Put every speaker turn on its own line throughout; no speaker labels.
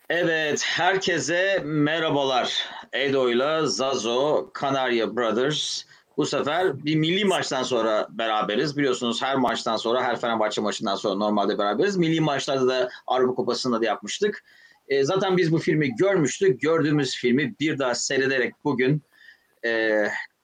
Evet, herkese merhabalar. Edo'yla Zazo, Kanarya Brothers. Bu sefer bir milli maçtan sonra beraberiz. Biliyorsunuz her maçtan sonra, her Fenerbahçe maçından sonra normalde beraberiz. Milli maçlarda da Avrupa Kupası'nda da yapmıştık. Zaten biz bu filmi görmüştük. Gördüğümüz filmi bir daha seyrederek e,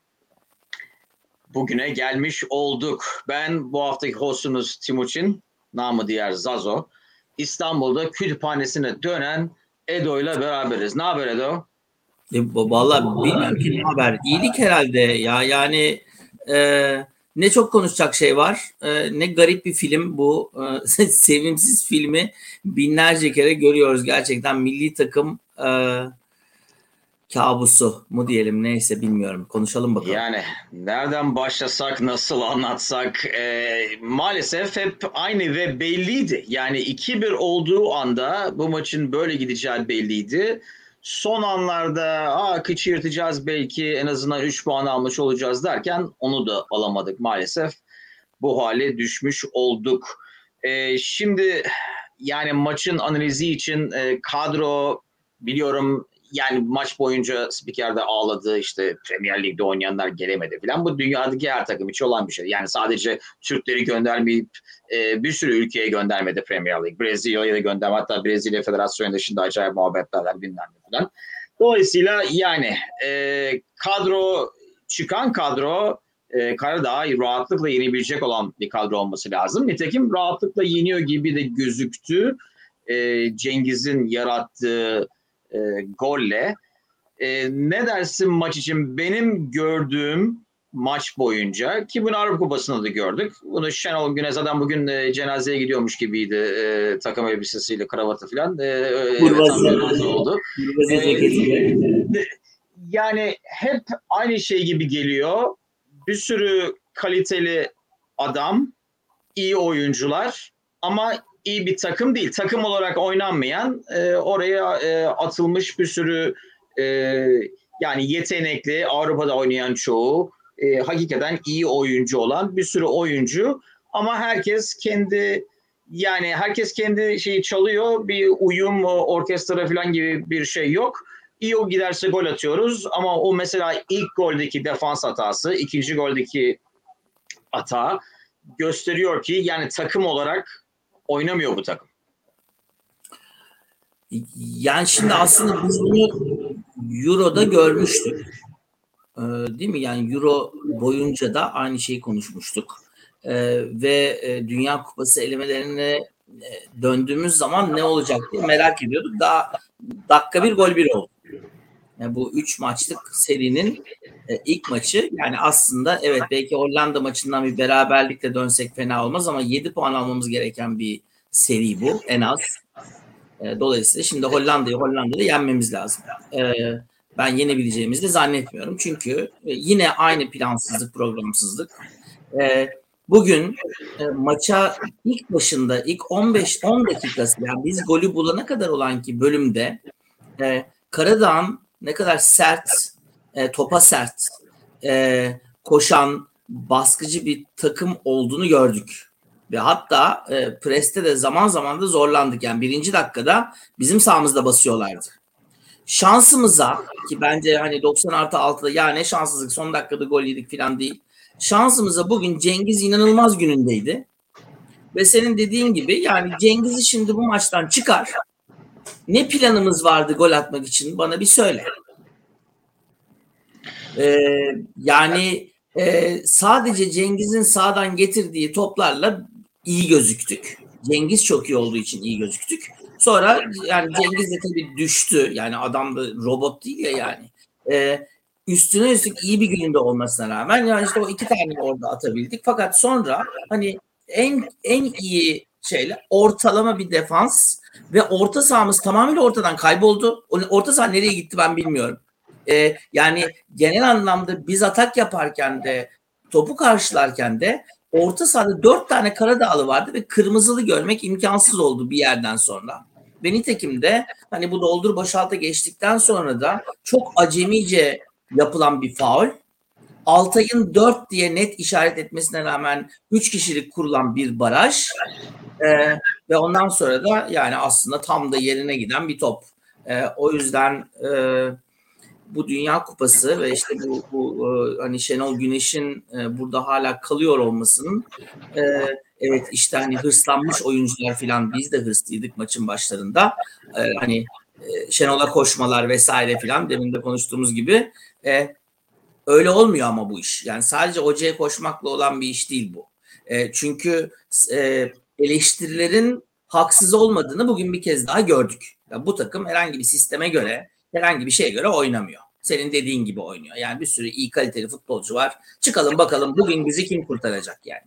bugüne gelmiş olduk. Ben bu haftaki hostunuz Timuçin, namı diğer Zazo. İstanbul'da kütüphanesine dönen Edo ile beraberiz. Ne haber Edo?
Vallahi bilmiyorum ki ne haber. İyilik herhalde ya. Yani ne çok konuşacak şey var. Ne garip bir film bu. Sevimsiz filmi binlerce kere görüyoruz. Gerçekten milli takım kabusu mu diyelim, neyse bilmiyorum. Konuşalım bakalım.
Yani nereden başlasak, nasıl anlatsak maalesef hep aynı ve belliydi. Yani 2-1 olduğu anda bu maçın böyle gideceği belliydi. Son anlarda kıçı yırtacağız belki en azından 3 puan almış olacağız derken onu da alamadık maalesef. Bu hale düşmüş olduk. Şimdi yani maçın analizi için kadro biliyorum yani maç boyunca spiker de ağladı işte Premier Lig'de oynayanlar gelemedi falan. Bu dünyadaki her takım için olan bir şey. Yani sadece Türkleri göndermeyip bir sürü ülkeye göndermedi Premier Lig. Brezilya'ya da göndermedi. Hatta Brezilya Federasyonu'nda şimdi acayip muhabbetler bilmem ne falan. Dolayısıyla yani çıkan kadro Karadağ'ı rahatlıkla yenebilecek olan bir kadro olması lazım. Nitekim rahatlıkla yeniyor gibi de gözüktü. Cengiz'in yarattığı golle. Ne dersin maç için? Benim gördüğüm maç boyunca ki bunu Avrupa Kupası'nda da gördük. Bunu Şenol Güneş zaten bugün cenazeye gidiyormuş gibiydi. Takım elbisesiyle, kravatı falan. Evet,
Kurvazı,
oldu.
kurvazı
E,
ceketiyle.
Yani hep aynı şey gibi geliyor. Bir sürü kaliteli adam, iyi oyuncular ama iyi bir takım değil. Takım olarak oynanmayan oraya atılmış bir sürü e, yani yetenekli Avrupa'da oynayan çoğu hakikaten iyi oyuncu olan bir sürü oyuncu ama herkes kendi şeyi çalıyor. Bir uyum, orkestra falan gibi bir şey yok. İyi o giderse gol atıyoruz ama o mesela ilk goldeki defans hatası, ikinci goldeki hata gösteriyor ki yani takım olarak oynamıyor bu takım.
Yani şimdi aslında biz bunu Euro'da görmüştük. Değil mi? Yani Euro boyunca da aynı şeyi konuşmuştuk. Dünya Kupası elemelerine döndüğümüz zaman ne olacak diye merak ediyorduk. Daha dakika bir gol bir oldu. Yani bu 3 maçlık serinin ilk maçı, yani aslında evet belki Hollanda maçından bir beraberlikle dönsek fena olmaz ama 7 puan almamız gereken bir seri bu en az. Dolayısıyla şimdi Hollanda'da yenmemiz lazım. Ben yenebileceğimizi de zannetmiyorum. Çünkü yine aynı plansızlık, programsızlık. Bugün maça ilk başında ilk 15-10 dakikası, yani biz golü bulana kadar olan ki bölümde Karadağ'ın ne kadar sert, topa sert, koşan, baskıcı bir takım olduğunu gördük. Ve hatta preste de zaman zaman da zorlandık. Yani birinci dakikada bizim sahamızda basıyorlardı. Şansımıza, ki bence hani 90+6'da ya ne şanssızlık, son dakikada gol yedik falan değil. Şansımıza bugün Cengiz inanılmaz günündeydi. Ve senin dediğin gibi yani Cengiz'i şimdi bu maçtan çıkar. Ne planımız vardı gol atmak için, bana bir söyle. Yani sadece Cengiz'in sağdan getirdiği toplarla iyi gözüktük. Cengiz çok iyi olduğu için iyi gözüktük. Sonra yani Cengiz de tabii düştü. Yani adam da robot değil ya yani. Üstüne üstlük iyi bir gününde olmasına rağmen yani işte o 2 tane orada atabildik. Fakat sonra hani en iyi şeyle ortalama bir defans ve orta sahamız tamamıyla ortadan kayboldu. Orta saha nereye gitti ben bilmiyorum. Yani genel anlamda biz atak yaparken de topu karşılarken de orta sahada 4 tane Karadağlı vardı ve kırmızılı görmek imkansız oldu bir yerden sonra. Ve nitekim de hani bu doldur boşalta geçtikten sonra da çok acemice yapılan bir faul. Altay'ın 4 diye net işaret etmesine rağmen 3 kişilik kurulan bir baraj ve ondan sonra da yani aslında tam da yerine giden bir top. O yüzden bu Dünya Kupası ve işte bu hani Şenol Güneş'in burada hala kalıyor olmasının evet işte hani hırslanmış oyuncular falan, biz de hırslıydık maçın başlarında. Hani Şenol'a koşmalar vesaire falan, demin de konuştuğumuz gibi öyle olmuyor ama bu iş. Yani sadece hocaya koşmakla olan bir iş değil bu. Çünkü eleştirilerin haksız olmadığını bugün bir kez daha gördük. Yani bu takım herhangi bir sisteme göre, herhangi bir şeye göre oynamıyor. Senin dediğin gibi oynuyor. Yani bir sürü iyi kaliteli futbolcu var. Çıkalım bakalım bugün bizi kim kurtaracak yani.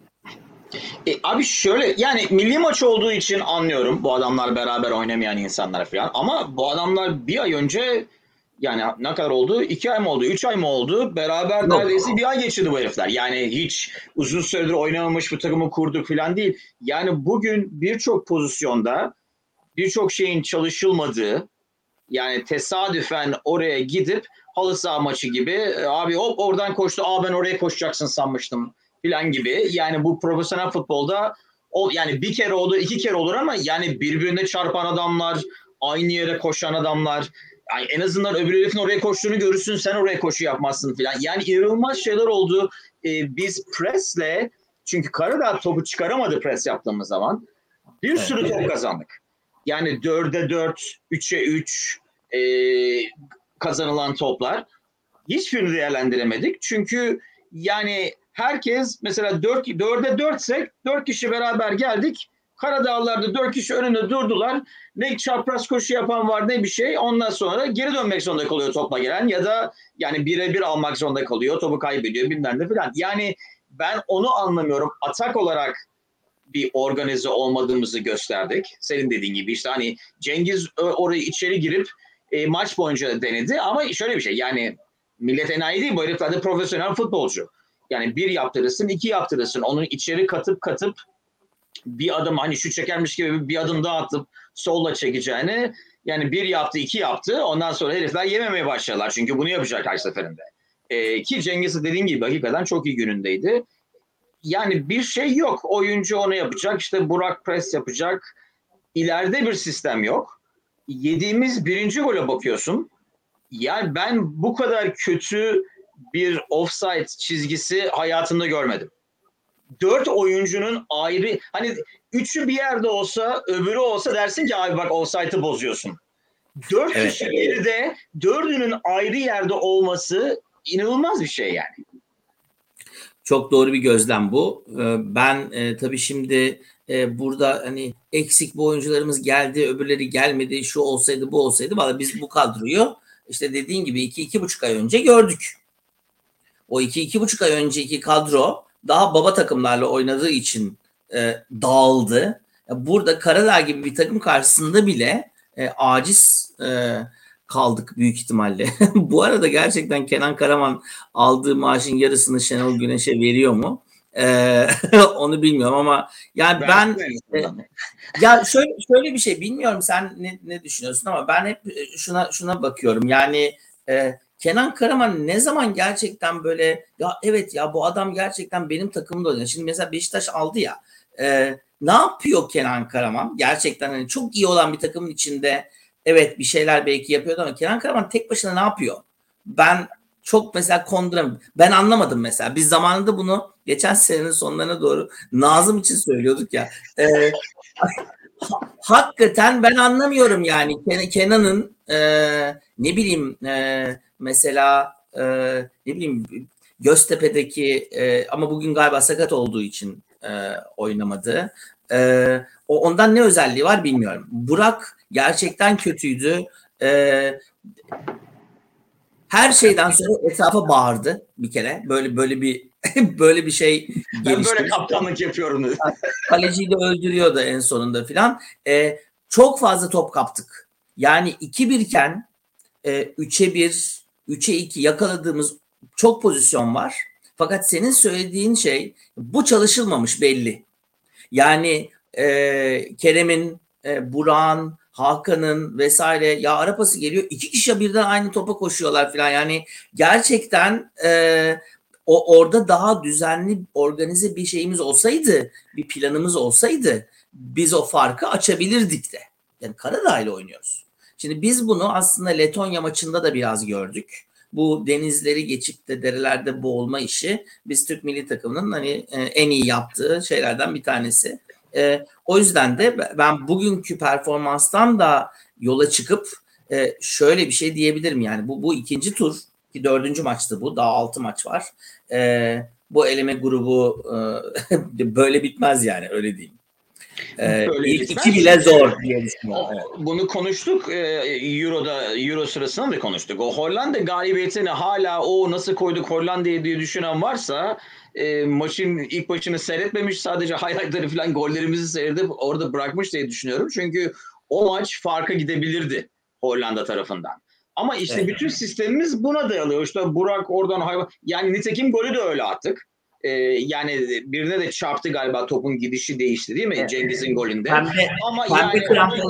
Abi şöyle, yani milli maç olduğu için anlıyorum bu adamlar beraber oynamayan insanlar falan, ama bu adamlar bir ay önce, yani ne kadar oldu? 2 ay mı oldu? 3 ay mı oldu? Beraber
Yok.
neredeyse bir ay geçirdi bu herifler. Yani hiç uzun süredir oynamamış, bu takımı kurduk falan değil. Yani bugün birçok pozisyonda birçok şeyin çalışılmadığı, yani tesadüfen oraya gidip halı saha maçı gibi abi hop oradan koştu, ben oraya koşacaksın sanmıştım falan gibi. Yani bu profesyonel futbolda yani bir kere olur, 2 kere olur, ama yani birbirine çarpan adamlar, aynı yere koşan adamlar, yani en azından öbür herifin oraya koştuğunu görürsün, sen oraya koşu yapmazsın falan. Yani inanılmaz şeyler oldu. Biz presle, çünkü Karadağ topu çıkaramadı pres yaptığımız zaman, bir sürü top kazandık. Yani 4'e 4, 3'e 3 e, kazanılan toplar. Hiçbirini değerlendiremedik. Çünkü yani herkes mesela 4'e 4'sek 4 kişi beraber geldik. Karadağlılar'da 4 kişi önünde durdular. Ne çapraz koşu yapan var ne bir şey. Ondan sonra geri dönmek zorunda kalıyor topla gelen, ya da yani birebir almak zorunda kalıyor. Topu kaybediyor bilmem ne falan. Yani ben onu anlamıyorum. Atak olarak bir organize olmadığımızı gösterdik. Senin dediğin gibi işte hani Cengiz orayı içeri girip maç boyunca denedi, ama şöyle bir şey, yani millet enayi değil, bu herifler de profesyonel futbolcu. Yani bir yaptırırsın, 2 yaptırırsın. Onu içeri katıp bir adım, hani şu çekermiş gibi bir adım daha atıp solla çekeceğini, yani bir yaptı, 2 yaptı. Ondan sonra herifler yememeye başladılar. Çünkü bunu yapacak her seferinde. Ki Cengiz dediğin gibi hakikaten çok iyi günündeydi. Yani bir şey yok. Oyuncu onu yapacak. İşte Burak pres yapacak. İleride bir sistem yok. Yediğimiz birinci gole bakıyorsun. Yani ben bu kadar kötü bir offside çizgisi hayatımda görmedim. 4 oyuncunun ayrı, hani üçü bir yerde olsa öbürü olsa dersin ki abi bak offside'ı bozuyorsun. 4
Evet.
kişi geride, 4'ünün ayrı yerde olması inanılmaz bir şey yani.
Çok doğru bir gözlem bu. Ben tabii şimdi burada hani eksik bu oyuncularımız geldi, öbürleri gelmedi, şu olsaydı bu olsaydı. Vallahi biz bu kadroyu işte dediğin gibi 2-2,5 ay önce gördük. O 2-2,5 ay önceki kadro daha baba takımlarla oynadığı için dağıldı. Burada Karadağ gibi bir takım karşısında bile aciz kaldık büyük ihtimalle. Bu arada gerçekten Kenan Karaman aldığı maaşın yarısını Şenol Güneş'e veriyor mu? Onu bilmiyorum ama yani ya şöyle bir şey, bilmiyorum sen ne düşünüyorsun ama ben hep şuna bakıyorum. Yani Kenan Karaman ne zaman gerçekten böyle ya evet ya bu adam gerçekten benim takımımda oynuyor. Şimdi mesela Beşiktaş aldı ya. Ne yapıyor Kenan Karaman? Gerçekten hani çok iyi olan bir takımın içinde evet bir şeyler belki yapıyordu ama Kenan Karaman tek başına ne yapıyor? Ben çok mesela konduramıyorum. Ben anlamadım mesela. Biz zamanında bunu geçen senenin sonlarına doğru Nazım için söylüyorduk ya. Hakikaten ben anlamıyorum yani Kenan'ın ne bileyim mesela ne bileyim Göztepe'deki ama bugün galiba sakat olduğu için oynamadı. Ondan ne özelliği var bilmiyorum. Burak gerçekten kötüydü. Her şeyden sonra etrafa bağırdı bir kere. Böyle bir böyle bir şey
ben
gelişti.
böyle kaptanlık yapıyorum dedi.
Kaleciyi de öldürüyordu en sonunda filan. Çok fazla top kaptık. Yani 2-1 iken 3'e 1, 3'e 2 yakaladığımız çok pozisyon var. Fakat senin söylediğin şey bu çalışılmamış belli. Yani Kerem'in, Burak'ın, Hakan'ın vesaire ya ara pası geliyor. 2 kişi birden aynı topa koşuyorlar falan. Yani gerçekten orada daha düzenli organize bir şeyimiz olsaydı, bir planımız olsaydı biz o farkı açabilirdik de. Yani Karadağ ile oynuyoruz. Şimdi biz bunu aslında Letonya maçında da biraz gördük. Bu denizleri geçip de derelerde boğulma işi biz Türk milli takımının hani en iyi yaptığı şeylerden bir tanesi. O yüzden de ben bugünkü performanstan da yola çıkıp şöyle bir şey diyebilirim, yani bu ikinci tur ki dördüncü maçtı, bu daha 6 maç var. Bu eleme grubu böyle bitmez yani, öyle diyeyim. İlk iki bile zor diye düşünüyorum. Evet.
Bunu konuştuk Euro sırasında da konuştuk. O Hollanda galibiyetini hala o nasıl koyduk Hollanda'yı diye düşünen varsa maçın ilk maçını seyretmemiş, sadece highlightları falan gollerimizi seyredip orada bırakmış diye düşünüyorum. Çünkü o maç farka gidebilirdi Hollanda tarafından. Ama işte bütün sistemimiz buna dayanıyor. İşte Burak oradan yani nitekim golü de öyle attık. Yani birine de çarptı galiba, topun gidişi değişti değil mi? Evet. Cengiz'in golünde. Ama yani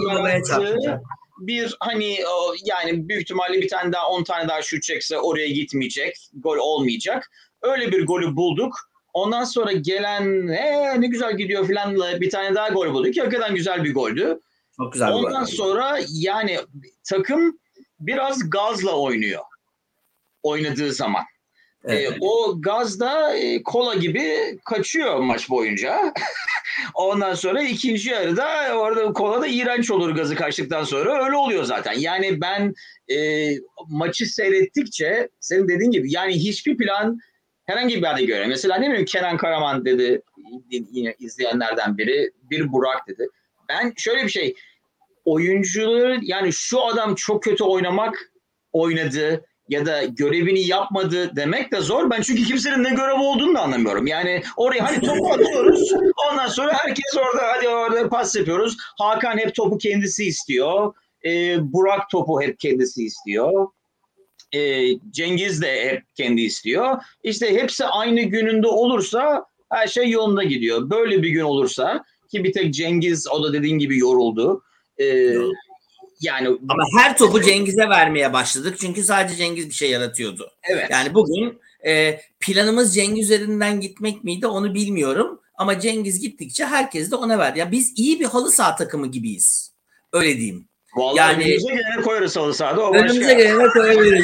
bir hani yani büyük ihtimalle bir tane daha 10 tane daha şut çekse oraya gitmeyecek. Gol olmayacak. Öyle bir golü bulduk. Ondan sonra gelen ne güzel gidiyor filanla bir tane daha gol bulduk. Hakikaten güzel bir goldü.
Çok güzel.
Ondan sonra yani takım biraz gazla oynuyor. Oynadığı zaman. Evet. O gazda kola gibi kaçıyor maç boyunca. Ondan sonra ikinci yarıda orada kola da iğrenç olur gazı kaçtıktan sonra. Öyle oluyor zaten. Yani ben maçı seyrettikçe senin dediğin gibi yani hiçbir plan herhangi bir yerde göre. Mesela ne bileyim Kenan Karaman dedi yine izleyenlerden biri. Bir Burak dedi. Ben şöyle bir şey, oyuncuları yani şu adam çok kötü oynadı ya da görevini yapmadı demek de zor. Ben çünkü kimsenin ne görevi olduğunu da anlamıyorum. Yani oraya hani topu atıyoruz. Ondan sonra herkes orada pas yapıyoruz. Hakan hep topu kendisi istiyor. Burak topu hep kendisi istiyor. Cengiz de hep kendi istiyor. İşte hepsi aynı gününde olursa her şey yolunda gidiyor. Böyle bir gün olursa ki bir tek Cengiz, o da dediğin gibi yoruldu. Yani
ama her topu Cengiz'e vermeye başladık. Çünkü sadece Cengiz bir şey yaratıyordu.
Evet.
Yani bugün planımız Cengiz üzerinden gitmek miydi onu bilmiyorum. Ama Cengiz gittikçe herkes de ona verdi. Ya biz iyi bir halı saha takımı gibiyiz. Öyle diyeyim.
Vallahi yani önümüze gelene koyarız halı sahada. O
önümüze gelene koyabiliriz.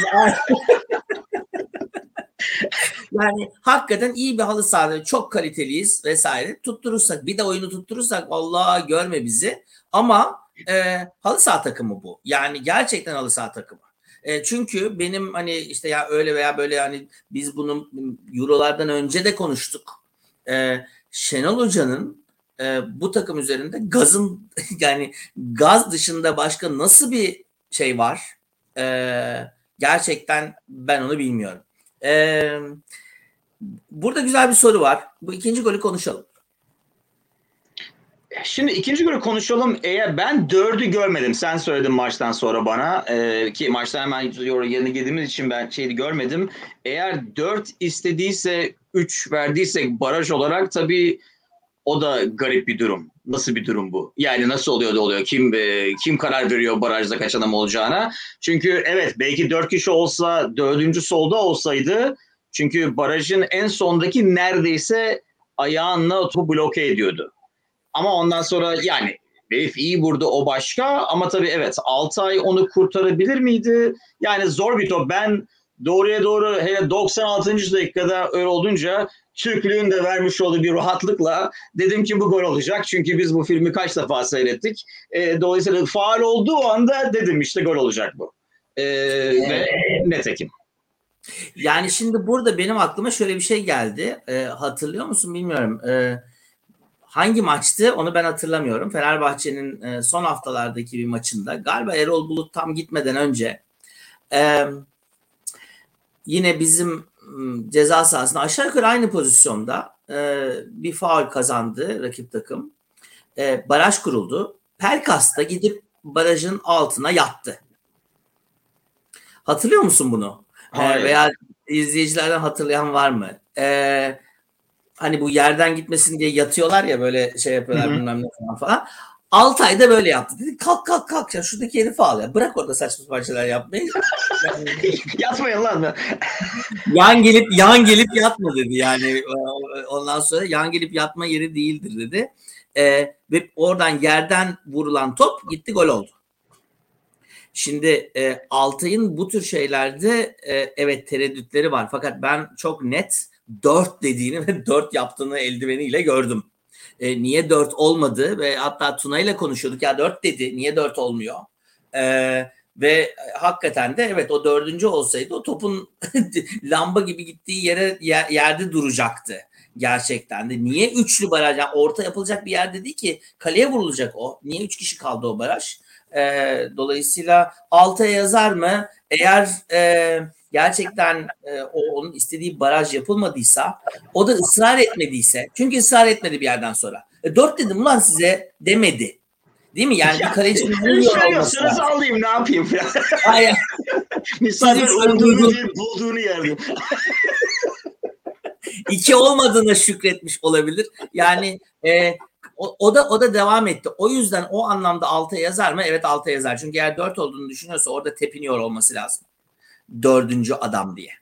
Yani hakikaten iyi bir halı sahada, çok kaliteliyiz vesaire. Tutturursak, bir de oyunu tutturursak vallahi görme bizi. Ama halı saha takımı bu. Yani gerçekten halı saha takımı. Çünkü benim hani işte ya öyle veya böyle, yani biz bunu Euro'lardan önce de konuştuk. Şenol Hoca'nın bu takım üzerinde gazın yani gaz dışında başka nasıl bir şey var? Gerçekten ben onu bilmiyorum. Burada güzel bir soru var. Bu ikinci golü konuşalım.
Şimdi ikinci golü konuşalım. Eğer ben 4'ü görmedim. Sen söyledin maçtan sonra bana. Ki maçtan hemen yerine girdiğimiz için ben görmedim. Eğer 4 istediyse 3 verdiysek baraj olarak tabii o da garip bir durum. Nasıl bir durum bu? Yani nasıl oluyor da oluyor? Kim karar veriyor barajda kaç adam olacağına? Çünkü evet belki 4 kişi olsa 4. solda olsaydı, çünkü barajın en sondaki neredeyse ayağınla topu bloke ediyordu. Ama ondan sonra yani Elif iyi vurdu, o başka, ama tabii evet Altay onu kurtarabilir miydi? Yani zor bir top. Ben doğruya doğru hele 96. dakikada öyle olunca Türklüğün de vermiş olduğu bir rahatlıkla dedim ki bu gol olacak. Çünkü biz bu filmi kaç defa seyrettik. Dolayısıyla faul olduğu anda dedim işte gol olacak bu. Ve netekim.
Yani şimdi burada benim aklıma şöyle bir şey geldi. Hatırlıyor musun bilmiyorum. Hangi maçtı onu ben hatırlamıyorum. Fenerbahçe'nin son haftalardaki bir maçında galiba Erol Bulut tam gitmeden önce yine bizim ceza sahasında aşağı yukarı aynı pozisyonda bir faul kazandı rakip takım. Baraj kuruldu. Pelkas da gidip barajın altına yattı. Hatırlıyor musun bunu? Veya izleyicilerden hatırlayan var mı? Hani bu yerden gitmesin diye yatıyorlar ya, böyle şey yapıyorlar, hı-hı, bilmem ne falan. Altay da böyle yaptı. Dedi kalk ya, şuradaki herifi al ya. Bırak orada saçma parçalar yapmayı.
Yani, yatmayın lan.
Yan gelip yatma dedi yani. Ondan sonra yan gelip yatma yeri değildir dedi. Ve oradan yerden vurulan top gitti, gol oldu. Şimdi Altay'ın bu tür şeylerde evet tereddütleri var. Fakat ben çok net 4 dediğini ve 4 yaptığını eldiveniyle gördüm. Niye 4 olmadı ve hatta Tuna ile konuşuyorduk, ya 4 dedi, niye 4 olmuyor? Ve hakikaten de evet, o 4. olsaydı o topun lamba gibi gittiği yerde duracaktı. Gerçekten de. Niye üçlü baraj? Yani orta yapılacak bir yerde değil ki. Kaleye vurulacak o. Niye 3 kişi kaldı o baraj? Dolayısıyla Altay'a yazar mı? Eğer gerçekten onun istediği baraj yapılmadıysa, o da ısrar etmediyse, çünkü ısrar etmedi bir yerden sonra. 4 dedim ulan size demedi. Değil mi? Yani bir kalecinin vuruyor olması
lazım. Alayım ne yapayım falan.
Hayır.
Misafir umduğunu değil, bulduğunu yerdim.
2 olmadığına şükretmiş olabilir. Yani o da devam etti. O yüzden o anlamda Altay'a yazar mı? Evet, Altay'a yazar. Çünkü eğer 4 olduğunu düşünüyorsa orada tepiniyor olması lazım. 4. adam diye.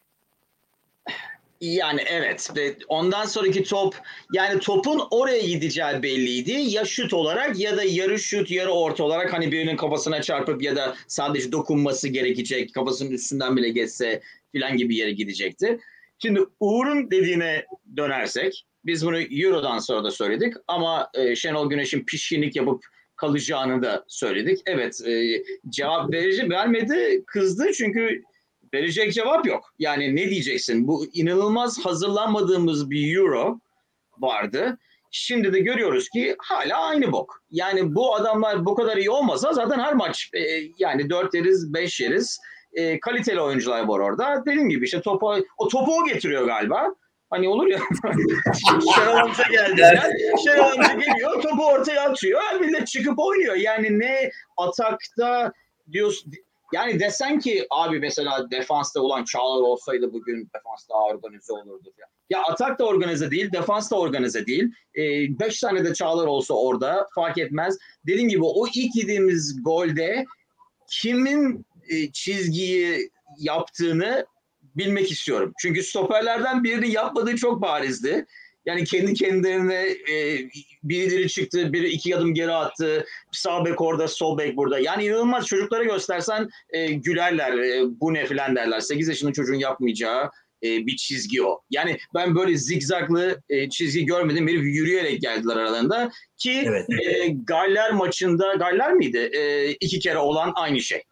Yani evet. Ondan sonraki top, yani topun oraya gideceği belliydi. Ya şut olarak ya da yarı şut, yarı orta olarak, hani birinin kafasına çarpıp ya da sadece dokunması gerekecek, kafasının üstünden bile geçse filan gibi yere gidecekti. Şimdi Uğur'un dediğine dönersek, biz bunu Euro'dan sonra da söyledik ama Şenol Güneş'in pişkinlik yapıp kalacağını da söyledik. Evet, cevap vermedi, kızdı çünkü verecek cevap yok. Yani ne diyeceksin? Bu inanılmaz hazırlanmadığımız bir Euro vardı. Şimdi de görüyoruz ki hala aynı bok. Yani bu adamlar bu kadar iyi olmasa zaten her maç yani 4 yeriz, 5 yeriz. Kaliteli oyuncular var orada. Dediğim gibi işte topu o getiriyor galiba. Hani olur ya, Şenol Amca geldi. Şenol Amca geliyor, topu ortaya atıyor. Millet çıkıp oynuyor. Yani ne atakta diyorsun. Yani desen ki abi mesela defansta olan Çağlar olsaydı bugün defans daha organize olurdu. Ya atak da organize değil, defans da organize değil. 5 tane de Çağlar olsa orada fark etmez. Dediğim gibi o ilk yediğimiz golde kimin çizgiyi yaptığını bilmek istiyorum. Çünkü stoperlerden birinin yapmadığı çok barizdi. Yani kendi kendilerine birileri çıktı, biri 2 adım geri attı. Sağ bek orada, sol bek burada. Yani inanılmaz, çocuklara göstersen gülerler, bu ne filan derler. 8 yaşında çocuğun yapmayacağı bir çizgi o. Yani ben böyle zigzaglı çizgi görmedim. Herif yürüyerek geldiler aralarında. Ki evet. Galler maçında, Galler miydi? 2 kere olan aynı şey.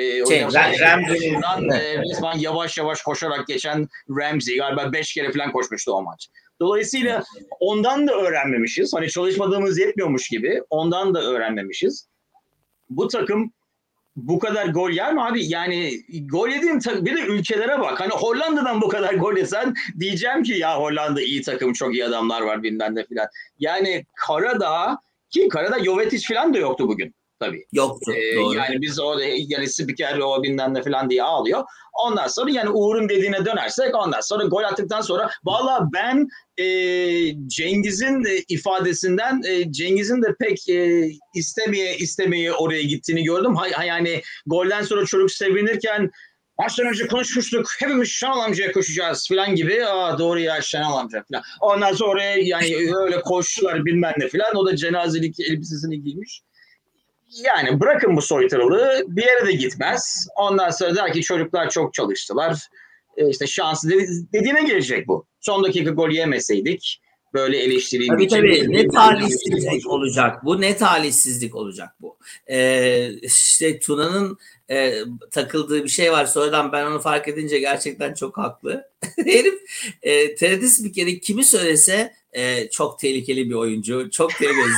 Ramsey'den resmen yavaş yavaş koşarak geçen Ramsey galiba 5 kere falan koşmuştu o maç. Dolayısıyla ondan da öğrenmemişiz. Hani çalışmadığımız yetmiyormuş gibi ondan da öğrenmemişiz. Bu takım bu kadar gol yer mi abi? Yani gol yediğin bir de ülkelere bak. Hani Hollanda'dan bu kadar gol yesen diyeceğim ki ya Hollanda iyi takım, çok iyi adamlar var bilmem ne filan. Yani Karadağ, ki Karadağ Jovetic filan da yoktu bugün. Tabii.
Yoktu. Doğru.
Yani biz orada yani spiker o bilmem ne falan diye ağlıyor. Ondan sonra yani Uğur'un dediğine dönersek, ondan sonra gol attıktan sonra valla ben Cengiz'in ifadesinden Cengiz'in de pek istemeye oraya gittiğini gördüm. Yani golden sonra çocuk sevinirken maçtan önce konuşmuştuk, hepimiz Şenol amcaya koşacağız falan gibi. Doğru ya, Şenol amca falan. Ondan sonra oraya yani öyle koştular bilmem ne falan. O da cenazelik elbisesini giymiş. Yani bırakın bu soytarılığı, bir yere de gitmez. Ondan sonra der ki çocuklar çok çalıştılar. İşte şanslı dediğine gelecek bu. Son dakika gol yemeseydik böyle eleştireyim.
Tabii. Ne talihsizlik olacak bu. Ne talihsizlik olacak bu. İşte Tuna'nın takıldığı bir şey var. Sonradan ben onu fark edince gerçekten çok haklı. Herif TRT spikeri kimi söylese çok tehlikeli bir oyuncu. Çok tehlikeli.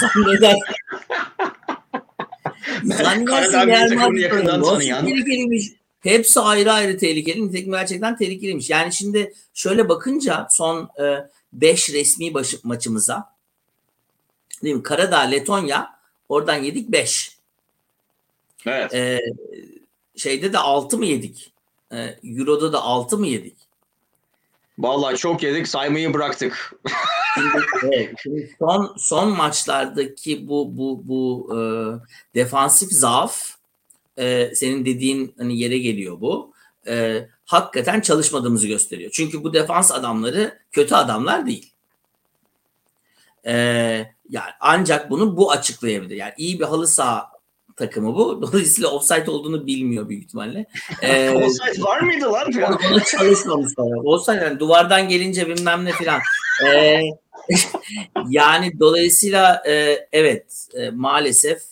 Tehlikeliymiş. Hepsi ayrı ayrı tehlikeli. Nitekim gerçekten tehlikeliymiş. Yani şimdi şöyle bakınca son 5 resmi maçımıza, değil mi? Karadağ, Letonya, oradan yedik 5.
Evet.
Şeyde de 6 mı yedik? Euro'da da 6 mı yedik?
Vallahi çok yedik, saymayı bıraktık.
Şimdi son maçlardaki bu defansif zaaf, senin dediğin hani yere geliyor bu. Hakikaten çalışmadığımızı gösteriyor. Çünkü bu defans adamları kötü adamlar değil. Yani ancak bunu bu açıklayabilir. Yani iyi bir halı saha takımı bu. Dolayısıyla offside olduğunu bilmiyor büyük ihtimalle.
Offside var mıydı lan?
Ona çalışmamışlar. Offside yani duvardan gelince bilmem ne filan. Yani dolayısıyla evet maalesef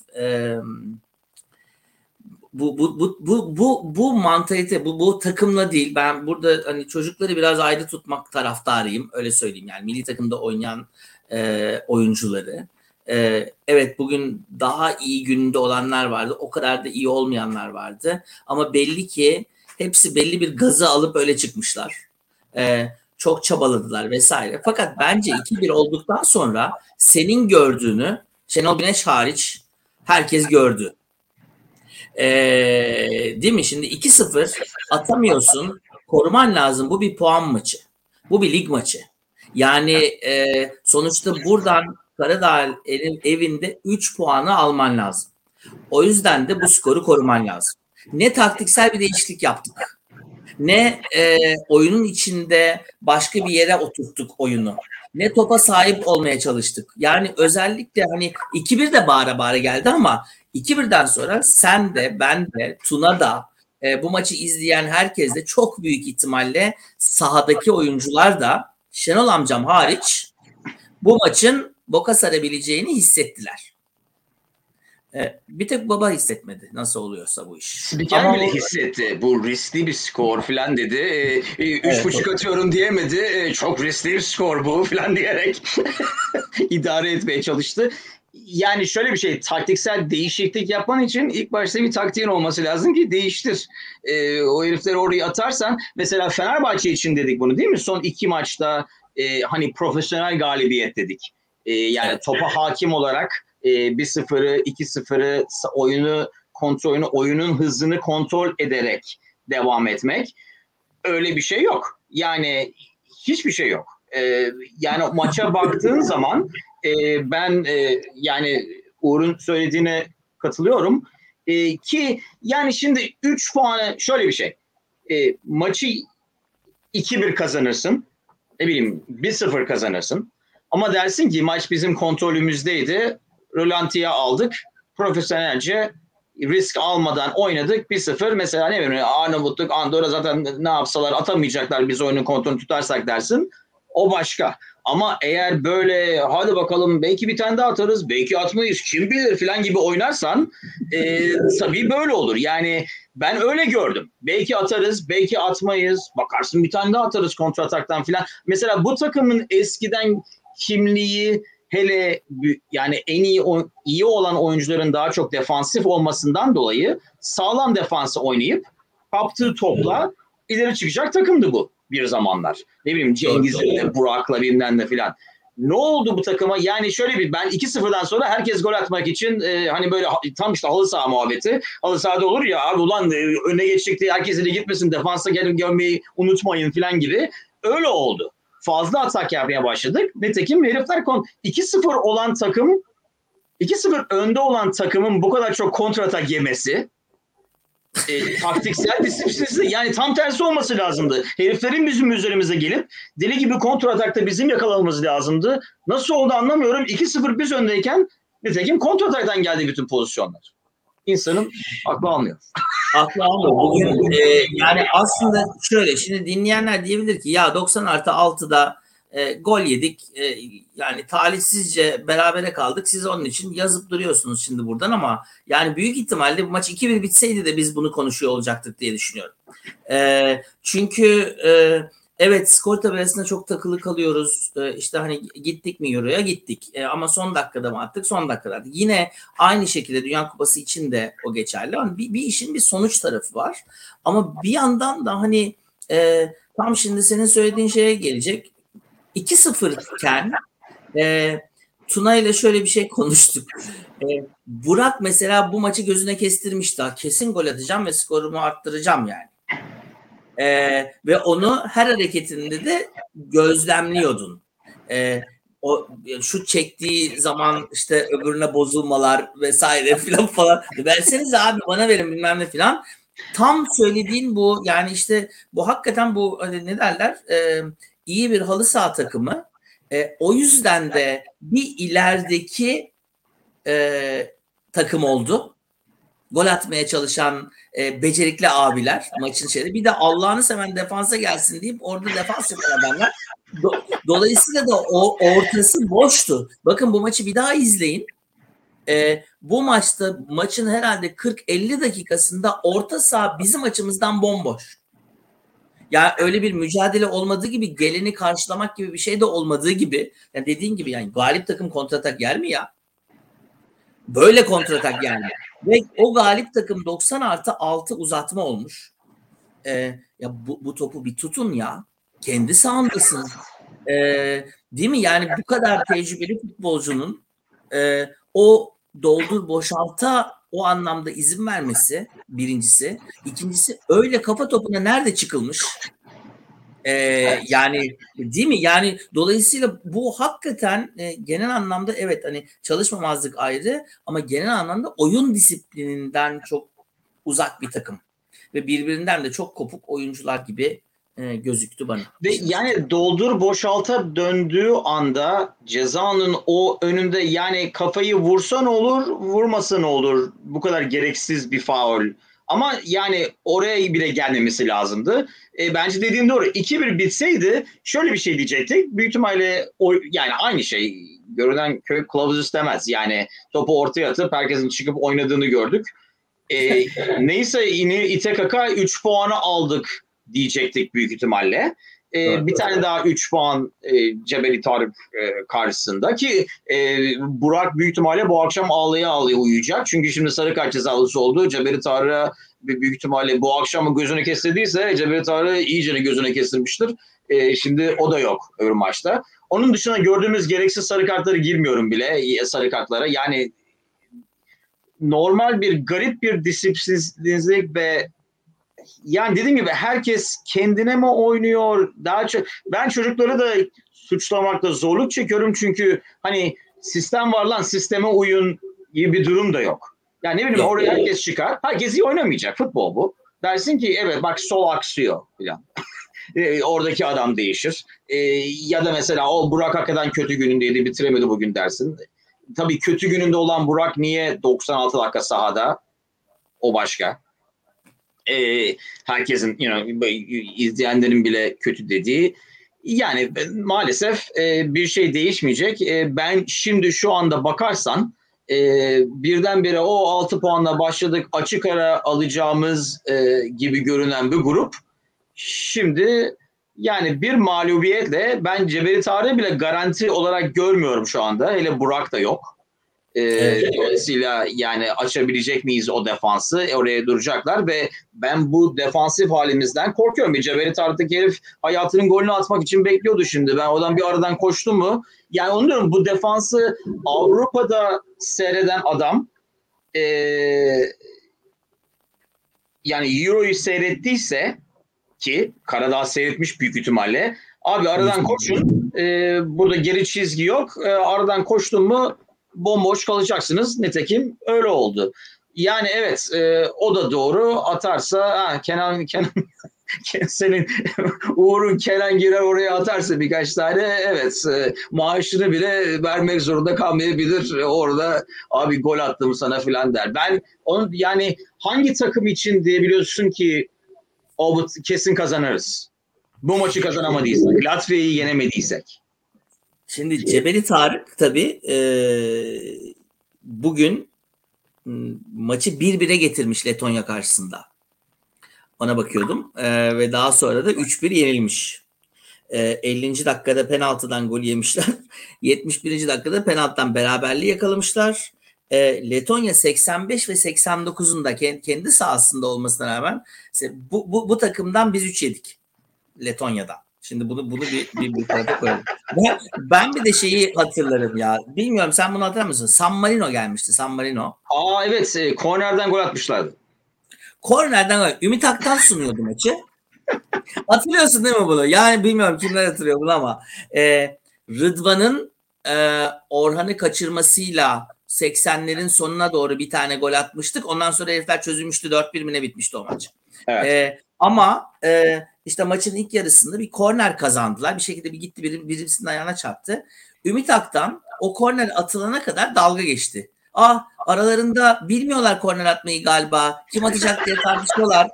bu mantalite bu takımla değil. Ben burada hani çocukları biraz ayrı tutmak taraftarıyım. Öyle söyleyeyim yani milli takımda oynayan oyuncuları. Evet bugün daha iyi gününde olanlar vardı. O kadar da iyi olmayanlar vardı. Ama belli ki hepsi belli bir gazı alıp öyle çıkmışlar. Çok çabaladılar vesaire. Fakat bence 2-1 olduktan sonra senin gördüğünü Şenol Güneş hariç herkes gördü. Değil mi? Şimdi 2-0 atamıyorsun. Koruman lazım. Bu bir puan maçı. Bu bir lig maçı. Yani sonuçta buradan Karadağ evinde 3 puanı alman lazım. O yüzden de bu skoru koruman lazım. Ne taktiksel bir değişiklik yaptık. Ne oyunun içinde başka bir yere oturttuk oyunu. Ne topa sahip olmaya çalıştık. Yani özellikle hani 2-1 de bağıra bağıra geldi ama 2-1'den sonra sen de ben de Tuna da bu maçı izleyen herkes de çok büyük ihtimalle sahadaki oyuncular da Şenol amcam hariç bu maçın boka sarabileceğini hissettiler. Bir tek baba hissetmedi nasıl oluyorsa bu iş.
Spiker
ama
bile hissetti. Bu riskli bir skor falan dedi. 3.5
evet.
atıyorum diyemedi. Çok riskli bir skor bu falan diyerek idare etmeye çalıştı. Yani şöyle bir şey, taktiksel değişiklik yapman için ilk başta bir taktiğin olması lazım ki değiştir. O herifleri oraya atarsan, mesela Fenerbahçe için dedik bunu değil mi? Son 2 maçta hani profesyonel galibiyet dedik. Yani
Evet.
topa hakim olarak 1-0'ı, 2-0'ı oyunun hızını kontrol ederek devam etmek. Öyle bir şey yok. Yani hiçbir şey yok. Yani maça baktığın zaman ben yani Uğur'un söylediğine katılıyorum. Ki yani şimdi 3 puanı şöyle bir şey. Maçı 2-1 kazanırsın. Ne bileyim 1-0 kazanırsın. Ama dersin ki maç bizim kontrolümüzdeydi. Rölantiye aldık. Profesyonelce risk almadan oynadık. 1-0 mesela ne bileyim Arnavutluk, Andorra zaten ne yapsalar atamayacaklar biz oyunun kontrolünü tutarsak dersin. O başka. Ama eğer böyle hadi bakalım belki bir tane daha atarız, belki atmayız, kim bilir falan gibi oynarsan tabii böyle olur. Yani ben öyle gördüm. Belki atarız, belki atmayız. Bakarsın bir tane daha atarız kontrataktan falan. Mesela bu takımın eskiden kimliği, hele yani en iyi olan oyuncuların daha çok defansif olmasından dolayı sağlam defansı oynayıp kaptığı topla ileri çıkacak takımdı bu bir zamanlar. Ne bileyim Cengiz'le, Burak'la bilmem ne filan. Ne oldu bu takıma? Yani şöyle ben 2-0'dan sonra herkes gol atmak için hani böyle tam işte halı saha muhabbeti. Halı sahada olur ya abi ulan öne geçecek diye herkes ile gitmesin, defansa gelin görmeyi unutmayın filan gibi. Öyle oldu. Fazla atak yapmaya başladık. Nitekim herifler 2-0 olan takım, 2-0 önde olan takımın bu kadar çok kontratak yemesi, taktiksel disiplinsizlik, yani tam tersi olması lazımdı. Heriflerin bizim üzerimize gelip deli gibi kontratakta bizim yakalamamız lazımdı. Nasıl oldu anlamıyorum. 2-0 biz öndeyken nitekim kontrataktan geldi bütün pozisyonlar. İnsanın aklı almıyor.
Aklı almıyor. Bugün yani aslında şöyle şimdi dinleyenler diyebilir ki ya 90+6'da gol yedik. Yani talihsizce berabere kaldık. Siz onun için yazıp duruyorsunuz şimdi buradan ama yani büyük ihtimalle bu maç 2-1 bitseydi de biz bunu konuşuyor olacaktık diye düşünüyorum. Çünkü evet skor tabelasına çok takılı kalıyoruz. İşte hani gittik mi Euro'ya gittik. Ama son dakikada mı attık? Son dakikada attık. Yine aynı şekilde Dünya Kupası için de o geçerli. Yani bir işin bir sonuç tarafı var. Ama bir yandan da hani tam şimdi senin söylediğin şeye gelecek. 2-0 iken Tuna ile şöyle bir şey konuştuk. Burak mesela bu maçı gözüne kestirmiş daha. Kesin gol atacağım ve skorumu arttıracağım yani. Ve onu her hareketinde de gözlemliyordun. O şut çektiği zaman işte öbürüne bozulmalar vesaire filan falan. Versenize abi bana verin bilmem ne filan. Tam söylediğin bu yani işte bu hakikaten bu hani ne derler iyi bir halı saha takımı. O yüzden de bir ilerideki takım oldu. Gol atmaya çalışan becerikli abiler maçın şeyleri. Bir de Allah'ını seven defansa gelsin deyip orada defans yapan adamlar. Dolayısıyla da o ortası boştu. Bakın bu maçı bir daha izleyin. Bu maçta maçın herhalde 40-50 dakikasında orta saha bizim açımızdan bomboş. Yani öyle bir mücadele olmadığı gibi, geleni karşılamak gibi bir şey de olmadığı gibi, yani dediğin gibi, yani galip takım kontratak yer mi ya? Böyle kontratak yer mi? Ve o galip takım 90+6 uzatma olmuş. Ya bu topu bir tutun ya. Kendi sahandasınız. Değil mi? Yani bu kadar tecrübeli futbolcunun o doldur boşalta o anlamda izin vermesi birincisi. İkincisi, öyle kafa topuna nerede çıkılmış? Yani değil mi? Yani dolayısıyla bu hakikaten genel anlamda evet, hani çalışmamazlık ayrı ama genel anlamda oyun disiplininden çok uzak bir takım. Ve birbirinden de çok kopuk oyuncular gibi gözüktü bana.
Ve yani doldur boşalta döndüğü anda cezanın o önünde, yani kafayı vursa ne olur, vurmasa ne olur? Bu kadar gereksiz bir faul. Ama yani oraya bile gelmemesi lazımdı. Bence dediğin doğru. 2-1 bitseydi şöyle bir şey diyecektik. Büyük ihtimalle yani aynı şey. Görünen köy kılavuz istemez. Yani topu ortaya atıp herkesin çıkıp oynadığını gördük. Neyse yine ite kaka 3 puanı aldık diyecektik büyük ihtimalle. Bir tane daha 3 puan Cebeli Tarık karşısında ki Burak büyük ihtimalle bu akşam ağlaya ağlaya uyuyacak. Çünkü şimdi sarı kart cezalısı oldu. Cebeli Tarık'a büyük ihtimalle bu akşam gözünü kestirdiyse Cebeli Tarık iyicene gözüne kestirmiştir. Şimdi o da yok öbür maçta. Onun dışında gördüğümüz gereksiz sarı kartları girmiyorum bile, sarı kartlara. Yani normal bir garip bir disiplinsizlik ve yani dediğim gibi herkes kendine mi oynuyor? Daha çok ben çocukları da suçlamakta zorluk çekiyorum çünkü hani sistem var lan, sisteme uyun gibi bir durum da yok. Yani ne bileyim, oraya herkes çıkar. Herkes iyi oynamayacak, futbol bu. Dersin ki evet bak sol aksıyor falan. Oradaki adam değişir. Ya da mesela o Burak hakikaten kötü günündeydi, bitiremedi bugün dersin. Tabii kötü gününde olan Burak niye 96 dakika sahada? O başka. Herkesin izleyenlerin bile kötü dediği. Yani maalesef bir şey değişmeyecek. Ben şimdi şu anda bakarsan birdenbire o 6 puanla başladık, açık ara alacağımız gibi görünen bir grup. Şimdi yani bir mağlubiyetle ben Cebeli Tarık'ı bile garanti olarak görmüyorum şu anda. Hele Burak da yok. Evet. Dolayısıyla yani açabilecek miyiz o defansı? Oraya duracaklar ve ben bu defansif halimizden korkuyorum. Bir Cebeli Tarık'taki herif hayatının golünü atmak için bekliyordu şimdi. Ben oradan bir aradan koştum mu? Yani onu diyorum, bu defansı Avrupa'da seyreden adam yani Euro'yu seyrettiyse, ki Karadağ seyretmiş büyük ihtimalle. Abi aradan koşun. Burada geri çizgi yok. Aradan koştun mu bomboş kalacaksınız. Nitekim öyle oldu. Yani evet, o da doğru. Atarsa Kenan senin Uğur'un Kenan girer oraya atarsa birkaç tane, evet, maaşını bile vermek zorunda kalmayabilir. Orada abi gol attım sana filan der. Ben onu yani hangi takım için diyebiliyorsun ki o kesin kazanırız. Bu maçı kazanamadıysak, Latvia'yı yenemediysek.
Şimdi Cebeli Tarık tabii bugün maçı 1-1'e getirmiş Letonya karşısında. Ona bakıyordum. Ve daha sonra da 3-1 yenilmiş. 50. dakikada penaltıdan gol yemişler. 71. dakikada penaltıdan beraberliği yakalamışlar. Letonya 85 ve 89'unda kendi sahasında olmasına rağmen bu takımdan biz 3 yedik Letonya'da. Şimdi bunu bir tarafa koyalım. Ben bir de şeyi hatırlarım ya. Bilmiyorum, sen bunu hatırlar mısın? San Marino gelmişti. San Marino.
Evet. Kornerden gol atmışlardı.
Kornerden gol. Ümit Aktan sunuyordu maçı. Hatırlıyorsun değil mi bunu? Yani bilmiyorum kimler hatırlıyor bunu ama Rıdvan'ın Orhan'ı kaçırmasıyla 80'lerin sonuna doğru bir tane gol atmıştık. Ondan sonra herifler çözülmüştü. 4-1 mi ne bitmişti o maç. Evet. Ama işte maçın ilk yarısında bir korner kazandılar. Bir şekilde bir gitti, birisinin ayağına çarptı. Ümit Aktan o korner atılana kadar dalga geçti. Aralarında bilmiyorlar korner atmayı galiba. Kim atacak diye tartışıyorlar.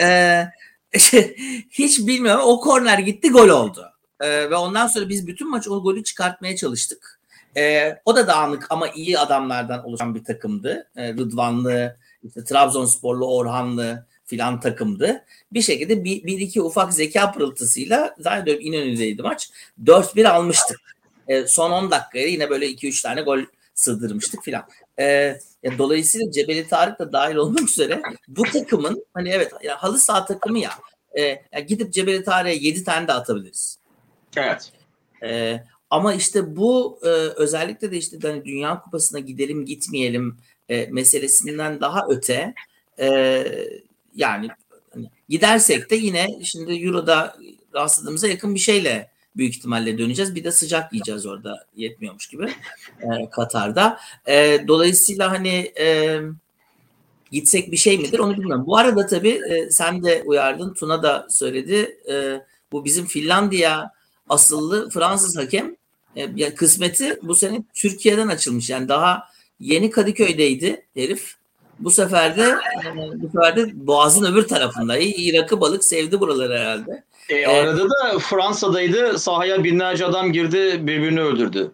Hiç bilmiyorum. O korner gitti, gol oldu. Ve ondan sonra biz bütün maç o golü çıkartmaya çalıştık. O da dağınık ama iyi adamlardan oluşan bir takımdı. Rıdvanlı, işte Trabzonsporlu, Orhanlı filan takımdı. Bir şekilde bir iki ufak zeka pırıltısıyla zannediyorum İnönü'deydi maç. 4-1 almıştık. Son 10 dakikaya yine böyle 2-3 tane gol sığdırmıştık filan. Dolayısıyla Cebeli Tarık da dahil olmak üzere bu takımın hani evet yani halı saha takımı ya, yani gidip Cebeli Tarık'a 7 tane de atabiliriz.
Evet.
Ama işte bu özellikle de işte hani Dünya Kupası'na gidelim gitmeyelim meselesinden daha öte yani hani gidersek de yine şimdi Euro'da rastladığımıza yakın bir şeyle büyük ihtimalle döneceğiz. Bir de sıcak yiyeceğiz orada, yetmiyormuş gibi Katar'da. Dolayısıyla hani gitsek bir şey midir onu bilmiyorum. Bu arada tabii sen de uyardın, Tuna da söyledi. Bu bizim Finlandiya asıllı Fransız hakem kısmeti bu sene Türkiye'den açılmış. Yani daha yeni Kadıköy'deydi herif. Bu sefer de Boğaz'ın öbür tarafında. Irak'ı balık sevdi buraları herhalde.
Arada da Fransa'daydı. Sahaya binlerce adam girdi, birbirini öldürdü.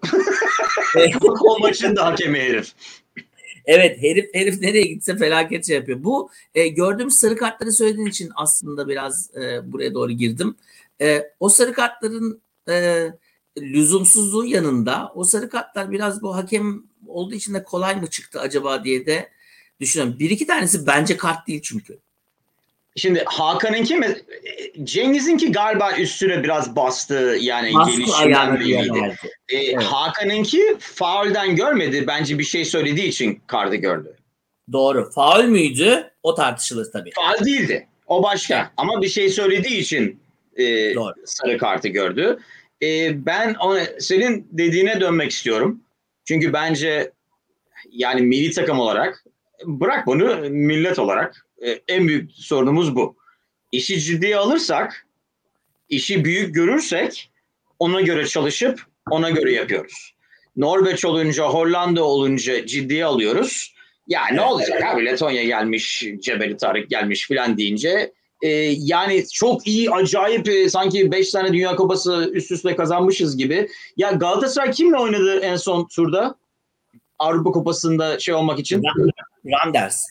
O maçın da hakemi herif.
Evet, herif nereye gitse felaket şey yapıyor. Bu gördüğüm sarı kartları söylediğin için aslında biraz buraya doğru girdim. O sarı kartların lüzumsuzluğu yanında o sarı kartlar biraz bu hakem olduğu için de kolay mı çıktı acaba diye de düşünüyorum. Bir iki tanesi bence kart değil çünkü.
Şimdi Hakan'ınki mi? Cengiz'inki galiba üstüne biraz bastı, yani gelişinden belliydi. Evet. Hakan'ınki faulden görmedi. Bence bir şey söylediği için kartı gördü.
Doğru. Faul müydü? O tartışılır tabii.
Faul değildi. O başka. Evet. Ama bir şey söylediği için sarı kartı gördü. Ben senin dediğine dönmek istiyorum. Çünkü bence yani milli takım olarak, bırak bunu, millet olarak en büyük sorunumuz bu. İşi ciddiye alırsak, işi büyük görürsek ona göre çalışıp ona göre yapıyoruz. Norveç olunca, Hollanda olunca ciddiye alıyoruz. Ya ne olacak abi, Letonya gelmiş, Cebeli Tarık gelmiş filan deyince yani çok iyi, acayip, sanki 5 tane Dünya Kupası üst üste kazanmışız gibi. Ya Galatasaray kimle oynadı en son turda? Avrupa Kupası'nda şey olmak için.
Randers.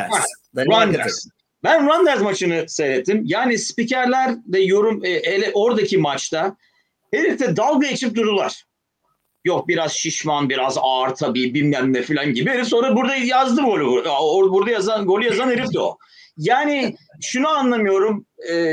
Ben Randers maçını seyrettim. Yani spikerler de yorum, hele oradaki maçta herifte dalga geçip durdular. Yok biraz şişman, biraz ağır tabii, bilmem ne falan gibi. Herif sonra burada yazdı golü. Burada golü yazan herif de o. Yani şunu anlamıyorum.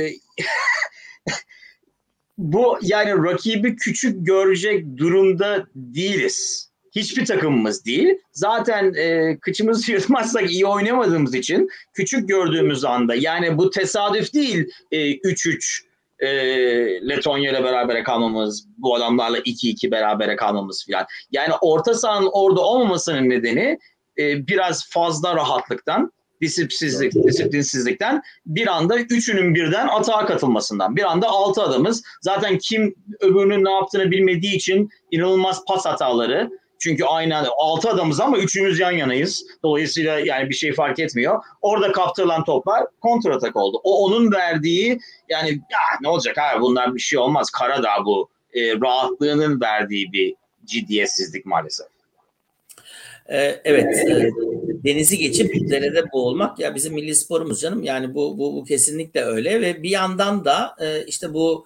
Bu yani rakibi küçük görecek durumda değiliz. Hiçbir takımımız değil. Zaten kıçımızı yırtmazsak iyi oynamadığımız için küçük gördüğümüz anda, yani bu tesadüf değil 3-3 Letonya ile berabere kalmamız, bu adamlarla 2-2 berabere kalmamız filan. Yani orta sahanın orada olmamasının nedeni biraz fazla rahatlıktan, disiplinsizlikten, bir anda üçünün birden atağa katılmasından. Bir anda 6 adamız. Zaten kim öbürünün ne yaptığını bilmediği için inanılmaz pas hataları. Çünkü aynı 6 adamız ama üçümüz yan yanayız. Dolayısıyla yani bir şey fark etmiyor. Orada kaptırılan toplar kontratak oldu. O onun verdiği, yani ya ne olacak abi, bunlar bir şey olmaz. Karadağ bu rahatlığının verdiği bir ciddiyetsizlik maalesef.
Evet, denizi geçip derede boğulmak ya bizim milli sporumuz canım. Yani bu kesinlikle öyle ve bir yandan da işte bu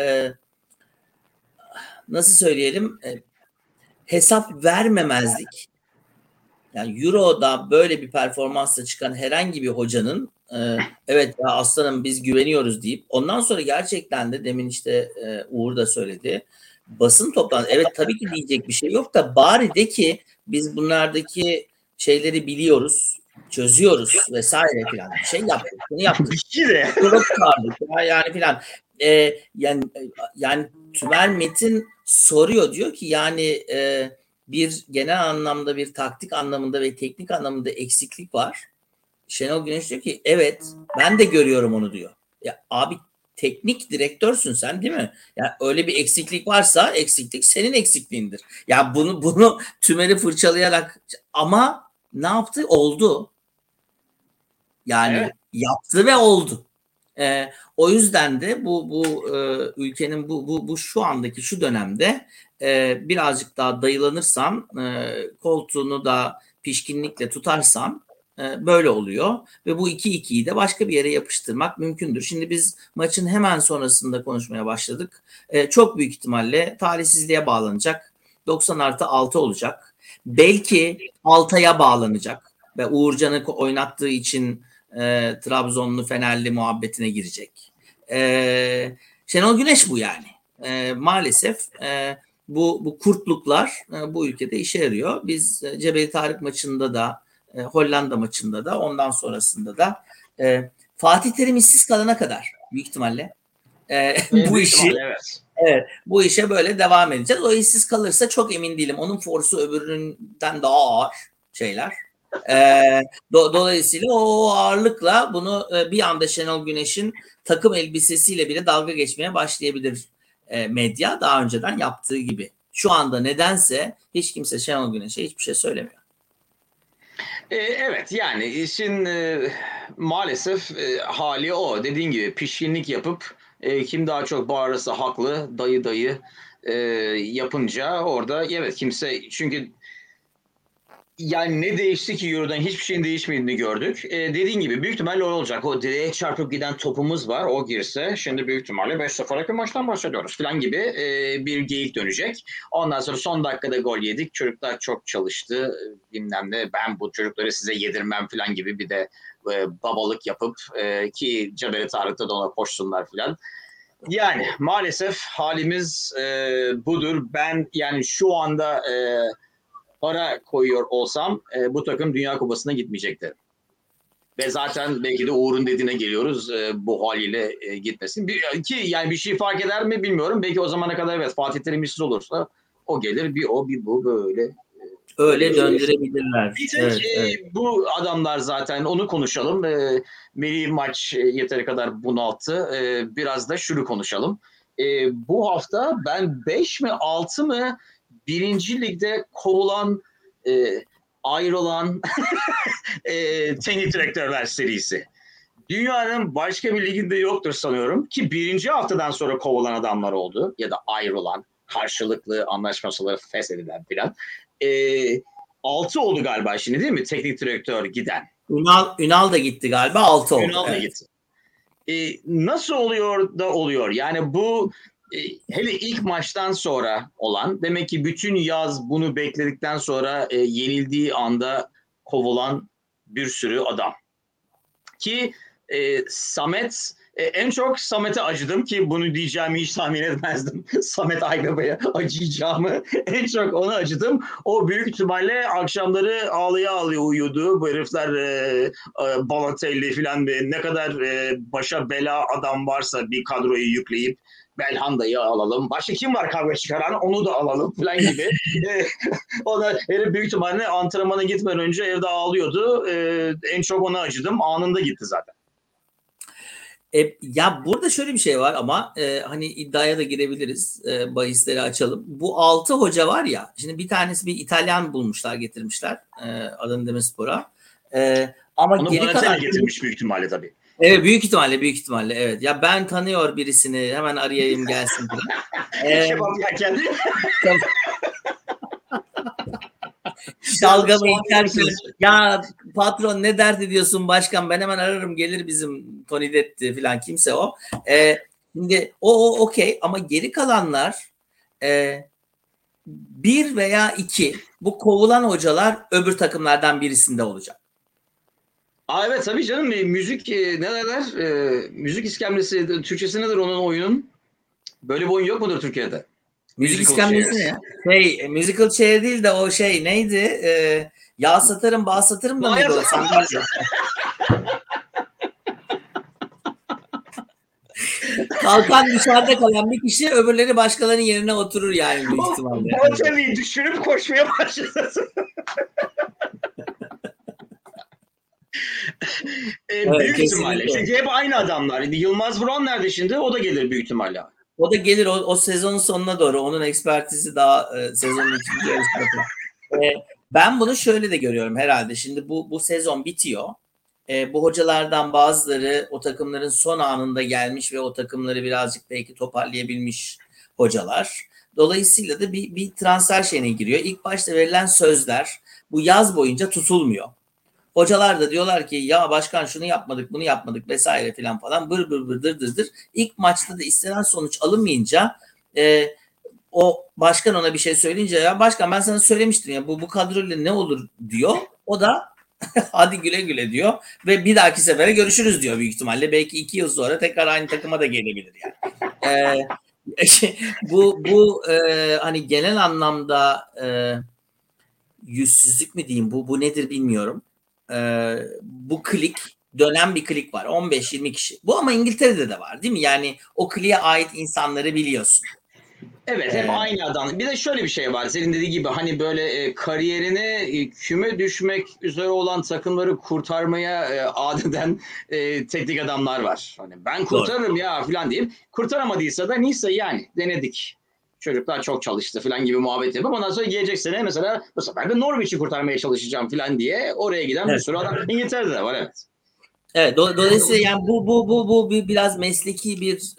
nasıl söyleyelim, hesap vermemezlik. Yani Euro'da böyle bir performansla çıkan herhangi bir hocanın evet ya aslanım biz güveniyoruz deyip ondan sonra gerçekten de demin işte Uğur da söyledi, basın toplantısı, evet tabii ki diyecek bir şey yok da bari de ki biz bunlardaki şeyleri biliyoruz, çözüyoruz vesaire filan, bir şey yaptık, bunu yaptık. Yani filan. Yani Tümer Metin soruyor, diyor ki yani bir genel anlamda, bir taktik anlamında ve teknik anlamında eksiklik var. Şenol Güneş diyor ki evet ben de görüyorum onu diyor. Ya abi teknik direktörsün sen değil mi? Ya öyle bir eksiklik varsa eksiklik senin eksikliğindir. Ya bunu Tümer'i fırçalayarak, ama ne yaptı? Oldu. Yani
Evet.
yaptı ve oldu. O yüzden de bu ülkenin bu şu andaki şu dönemde birazcık daha dayılanırsam, koltuğunu da pişkinlikle tutarsam böyle oluyor ve bu 2-2'yi de başka bir yere yapıştırmak mümkündür. Şimdi biz maçın hemen sonrasında konuşmaya başladık. Çok büyük ihtimalle talihsizliğe bağlanacak. 90+6 olacak. Belki Altay'a bağlanacak ve Uğurcan'ı oynattığı için Trabzonlu Fenerli muhabbetine girecek. Şenol Güneş bu yani. Maalesef bu kurtluklar bu ülkede işe yarıyor. Biz Cebeli Tarık maçında da Hollanda maçında da ondan sonrasında da Fatih Terim işsiz kalana kadar büyük ihtimalle bu işi evet, bu işe böyle devam edeceğiz. O işsiz kalırsa çok emin değilim. Onun forsu öbüründen daha ağır şeyler. Dolayısıyla o ağırlıkla bunu bir anda Şenol Güneş'in takım elbisesiyle bile dalga geçmeye başlayabilir medya, daha önceden yaptığı gibi. Şu anda nedense hiç kimse Şenol Güneş'e hiçbir şey söylemiyor.
Evet, yani işin maalesef hali o. Dediğin gibi pişkinlik yapıp kim daha çok bağırırsa haklı, dayı yapınca orada evet kimse, çünkü yani ne değişti ki Euro'dan, hiçbir şeyin değişmediğini gördük. Dediğin gibi büyük ihtimalle o olacak. O direğe çarpıp giden topumuz var. O girse şimdi büyük ihtimalle 5-0'lık bir maçtan bahsediyoruz falan gibi bir geyik dönecek. Ondan sonra son dakikada gol yedik. Çocuklar çok çalıştı. Bilmem ne, ben bu çocukları size yedirmem falan gibi bir de babalık yapıp ki Cebeli Tarık'ta da ona koşsunlar falan. Yani maalesef halimiz budur. Ben yani şu anda para koyuyor olsam bu takım Dünya Kupası'na gitmeyecekti. Ve zaten belki de Uğur'un dediğine geliyoruz bu haliyle gitmesin. Ki yani bir şey fark eder mi bilmiyorum. Belki o zamana kadar evet Fatih Terim işsiz olursa o gelir, bir o bir bu böyle.
Öyle döndürebilirler.
Bir tek bu adamlar zaten, onu konuşalım. Melih maç yeteri kadar bunalttı. Biraz da şunu konuşalım. Bu hafta ben 5 mi 6 mı birinci ligde kovulan, ayrılan teknik direktörler serisi. Dünyanın başka bir liginde yoktur sanıyorum ki birinci haftadan sonra kovulan adamlar oldu ya da ayrılan, karşılıklı anlaşmaları feshedilen filan. 6 oldu galiba şimdi, değil mi? Teknik direktör giden.
Ünal da gitti galiba, 6 oldu.
Ünal da gitti. Nasıl oluyor da oluyor? Yani bu hele ilk maçtan sonra olan, demek ki bütün yaz bunu bekledikten sonra yenildiği anda kovulan bir sürü adam. Ki Samet, en çok Samet'e acıdım ki bunu diyeceğimi hiç tahmin etmezdim. Samet Aybaba'ya acıyacağımı, en çok ona acıdım. O büyük ihtimalle akşamları ağlaya ağlaya uyuyordu. Bu herifler Balotelli falan, ne kadar başa bela adam varsa bir kadroyu yükleyip Belhanda'yı alalım. Başka kim var kavga çıkaran, onu da alalım falan gibi. O da herif büyük ihtimalle antrenmana gitmeden önce evde ağlıyordu. En çok ona acıdım. Anında gitti zaten.
Ya burada şöyle bir şey var ama hani iddiaya da girebiliriz. Bahisleri açalım. Bu 6 hoca var ya. Şimdi bir tanesi bir İtalyan bulmuşlar, getirmişler. Adını Demirspor'a. Ama
onu
geri kalan
getirmiş büyük ihtimalle tabii.
Evet, büyük ihtimalle evet. Ya ben tanıyor birisini, hemen arayayım gelsin falan.
Kebap yerken.
Şalgamı içerken ya patron ne dert ediyorsun başkan, ben hemen ararım gelir bizim Tony Detti falan, kimse o. Şimdi o okey ama geri kalanlar bir veya iki, bu kovulan hocalar öbür takımlardan birisinde olacak.
Evet tabii canım, müzik ne derler? Müzik iskemlesi, Türkçesi nedir onun oyunun? Böyle bir oyun yok mudur Türkiye'de?
Müzik iskemlesi ne ya? Musical chair değil de o şey neydi? Yağ satarım, bağ satarım da mıydı o? Sandalye. Kalkan dışarıda kalan bir kişi, öbürleri başkalarının yerine oturur yani büyük ihtimalle.
Balotelli'yi düşürüp koşmaya başlasın. Büyük ihtimalle. Çünkü hep aynı adamlar. Yılmaz Vuran nerede şimdi? O da gelir büyük ihtimalle.
O da gelir o sezonun sonuna doğru. Onun ekspertizi daha sezonun ikinci yarısında. Ben bunu şöyle de görüyorum herhalde. Şimdi bu sezon bitiyor. Bu hocalardan bazıları o takımların son anında gelmiş ve o takımları birazcık belki toparlayabilmiş hocalar. Dolayısıyla da bir transfer şeyine giriyor. İlk başta verilen sözler bu yaz boyunca tutulmuyor. Hocalar da diyorlar ki ya başkan şunu yapmadık bunu yapmadık vesaire filan falan bır bır bır dır dır dır. İlk maçta da istenen sonuç alınmayınca o başkan ona bir şey söyleyince ya başkan ben sana söylemiştim ya bu kadroyla ne olur diyor. O da hadi güle güle diyor ve bir dahaki sefere görüşürüz diyor büyük ihtimalle. Belki 2 yıl sonra tekrar aynı takıma da gelebilir yani. Bu hani genel anlamda yüzsüzlük mü diyeyim bu nedir bilmiyorum. Bu klik dönen bir klik var 15-20 kişi. Bu ama İngiltere'de de var değil mi? Yani o kliğe ait insanları biliyorsun.
Evet, hep aynı adam. Bir de şöyle bir şey var. Senin dediği gibi hani böyle kariyerine küme düşmek üzere olan takımları kurtarmaya adet eden teknik adamlar var. Hani ben
Doğru.
kurtarırım ya falan deyip kurtaramadıysa da neyse yani denedik. Çocuklar çok çalıştı falan gibi muhabbet yapıp ondan sonra gelecek sene mesela bu sefer de Norwich'i kurtarmaya çalışacağım falan diye oraya giden bir sürü adam İngiltere'de de var, evet.
Evet, dolayısıyla yani bu biraz mesleki bir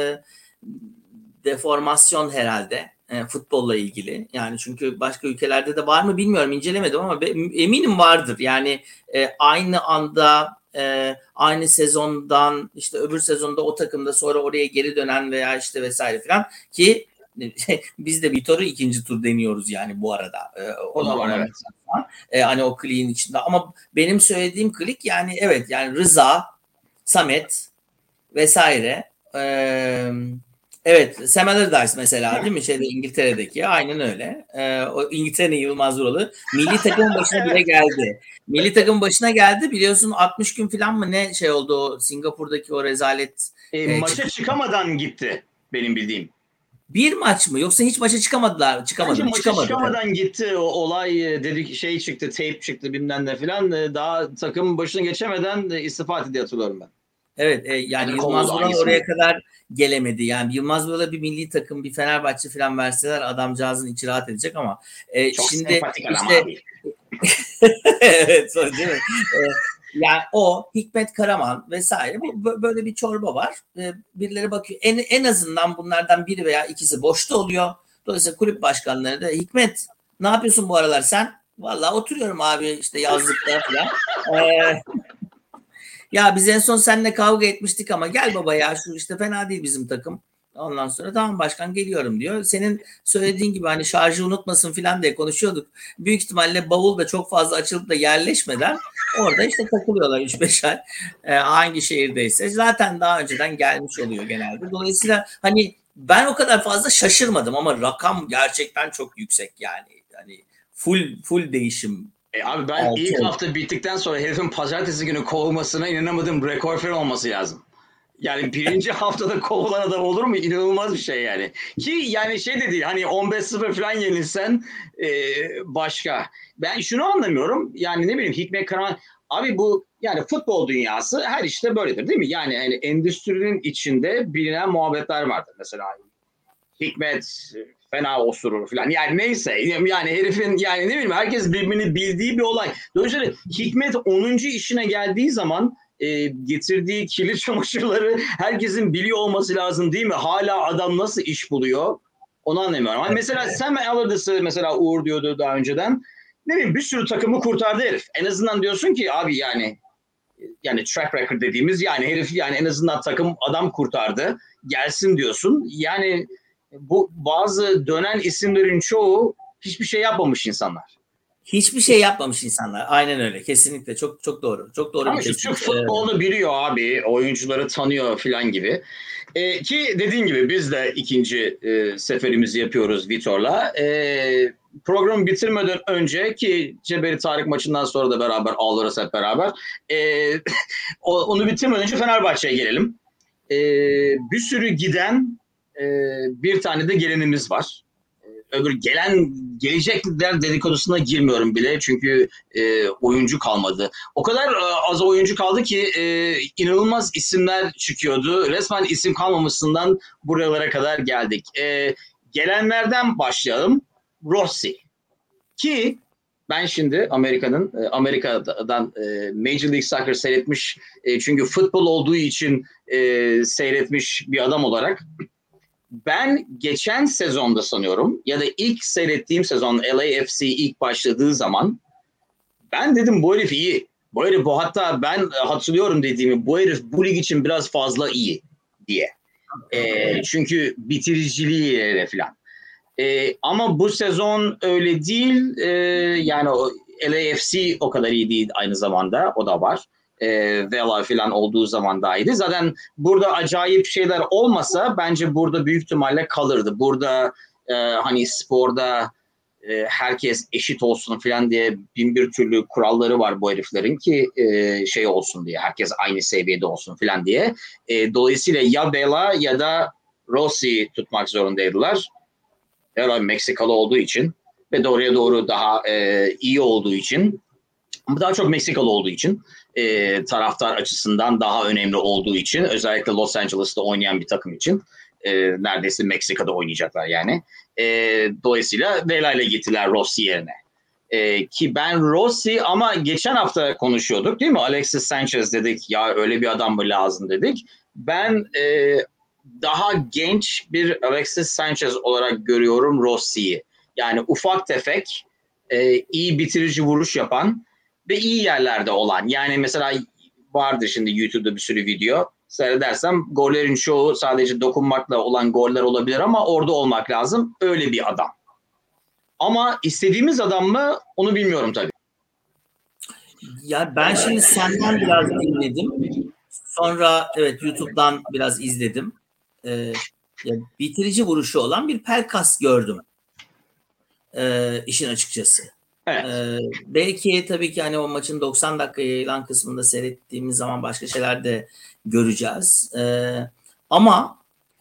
deformasyon herhalde futbolla ilgili. Yani çünkü başka ülkelerde de var mı bilmiyorum, incelemedim ama eminim vardır. Yani aynı anda aynı sezondan işte öbür sezonda o takımda sonra oraya geri dönen veya işte vesaire falan ki biz de Vitor'u ikinci tur deniyoruz yani bu arada.
O da var, evet.
Hani o kliğin içinde ama benim söylediğim klik yani evet yani Rıza, Samet vesaire. Evet, Sam Allardyce mesela değil mi? İngiltere'deki aynen öyle. O İngiltere'nin Yılmaz Vuralı. Milli takımın başına bile geldi. Milli takımın başına geldi. Biliyorsun 60 gün falan mı ne şey oldu o Singapur'daki o rezalet.
Maça çıkamadan gitti benim bildiğim.
Bir maç mı? Yoksa hiç maça çıkamadılar.
Bence maça
Çıkamadı.
gitti. O olay dedik şey çıktı, tape çıktı bilmem ne filan. Daha takımın başına geçemeden istifa etti diye hatırlıyorum ben.
Evet yani Yılmaz Vural oraya kadar gelemedi. Yani Yılmaz Vural'a bir milli takım, bir Fenerbahçe falan verseler adamcağızın içi rahat edecek ama
çok
şimdi
sempatik adam
işte
abi.
evet değil mi? Yani o Hikmet Karaman vesaire böyle bir çorba var. Birileri bakıyor. En azından bunlardan biri veya ikisi boşta oluyor. Dolayısıyla kulüp başkanları da Hikmet ne yapıyorsun bu aralar sen? Vallahi oturuyorum abi işte yazlıkta falan. Ya biz en son seninle kavga etmiştik ama gel baba ya şu işte fena değil bizim takım. Ondan sonra tamam başkan geliyorum diyor. Senin söylediğin gibi hani şarjı unutmasın falan diye konuşuyorduk. Büyük ihtimalle bavul da çok fazla açılıp da yerleşmeden orada işte takılıyorlar 3-5 ay. Hangi şehirdeyse. Zaten daha önceden gelmiş oluyor genelde. Dolayısıyla hani ben o kadar fazla şaşırmadım ama rakam gerçekten çok yüksek yani. Hani full değişim.
Abi ben
6
ilk
oldu.
hafta bittikten sonra herifin pazartesi günü kovulmasına inanamadım. Rekor falan olması lazım. Yani birinci haftada kovulan adam olur mu? İnanılmaz bir şey yani. Ki yani şey de değil hani 15-0 falan yenilsen başka. Ben şunu anlamıyorum. Yani ne bileyim Hikmet Karaman abi bu yani futbol dünyası her işte böyledir değil mi? Yani endüstrinin içinde bilinen muhabbetler vardır. Mesela Hikmet fena osurur falan. Yani neyse yani herifin yani ne bileyim herkes birbirini bildiği bir olay. Dolayısıyla Hikmet 10. işine geldiği zaman getirdiği kirli çamaşırları herkesin biliyor olması lazım değil mi? Hala adam nasıl iş buluyor? Onu anlamıyorum. Hani mesela Sam Allardyce'ı mesela Uğur diyordu daha önceden. Ne bileyim bir sürü takımı kurtardı herif. En azından diyorsun ki abi yani track record dediğimiz yani herif yani en azından takım adam kurtardı. Gelsin diyorsun. Yani bu bazı dönen isimlerin çoğu hiçbir şey yapmamış insanlar.
Hiçbir şey yapmamış insanlar. Aynen öyle. Kesinlikle. Çok çok doğru. Çok doğru bir
Ama şu Türk
tespit.
futbolunu biliyor abi. Oyuncuları tanıyor falan gibi. Ki dediğin gibi biz de ikinci seferimizi yapıyoruz Vitor'la. Programı bitirmeden önce ki Cebeli Tarık maçından sonra da beraber ağlarız hep beraber. Onu bitirmeden önce Fenerbahçe'ye gelelim. Bir sürü giden bir tane de gelenimiz var. Öbür gelecekler dedikodusuna girmiyorum bile çünkü oyuncu kalmadı. O kadar az oyuncu kaldı ki inanılmaz isimler çıkıyordu. Resmen isim kalmamasından buralara kadar geldik. Gelenlerden başlayalım. Rossi. Ki ben şimdi Amerika'dan Major League Soccer seyretmiş, çünkü futbol olduğu için seyretmiş bir adam olarak, ben geçen sezonda sanıyorum ya da ilk seyrettiğim sezon LAFC ilk başladığı zaman ben dedim bu herif iyi. Bu herif, bu hatta ben hatırlıyorum dediğimi, bu herif bu lig için biraz fazla iyi diye. Çünkü bitiriciliği falan. Ama bu sezon öyle değil. Yani o LAFC o kadar iyi değil aynı zamanda. O da var. Vela falan olduğu zaman daha iyiydi. Zaten burada acayip şeyler olmasa bence burada büyük ihtimalle kalırdı. Burada hani sporda herkes eşit olsun falan diye bin bir türlü kuralları var bu heriflerin ki şey olsun diye. Herkes aynı seviyede olsun falan diye. Dolayısıyla ya Vela ya da Rossi tutmak zorundaydılar. Herhalde Meksikalı olduğu için ve doğruya doğru daha iyi olduğu için, ama daha çok Meksikalı olduğu için, taraftar açısından daha önemli olduğu için, özellikle Los Angeles'ta oynayan bir takım için neredeyse Meksika'da oynayacaklar yani. Dolayısıyla Vela ile gittiler Rossi yerine. Ki ben Rossi, ama geçen hafta konuşuyorduk değil mi? Alexis Sanchez dedik ya, öyle bir adam mı lazım dedik. Ben daha genç bir Alexis Sanchez olarak görüyorum Rossi'yi. Yani ufak tefek iyi bitirici vuruş yapan ve iyi yerlerde olan. Yani mesela vardır şimdi YouTube'da bir sürü video. Seyredersem gollerin çoğu sadece dokunmakla olan goller olabilir ama orada olmak lazım. Öyle bir adam. Ama istediğimiz adam mı onu bilmiyorum tabii.
Ya ben şimdi senden biraz dinledim. Sonra evet YouTube'dan biraz izledim. Ya bitirici vuruşu olan bir Pelkas gördüm. İşin açıkçası.
Evet.
Belki tabii ki hani o maçın 90 dakika yayılan kısmında seyrettiğimiz zaman başka şeyler de göreceğiz. Ama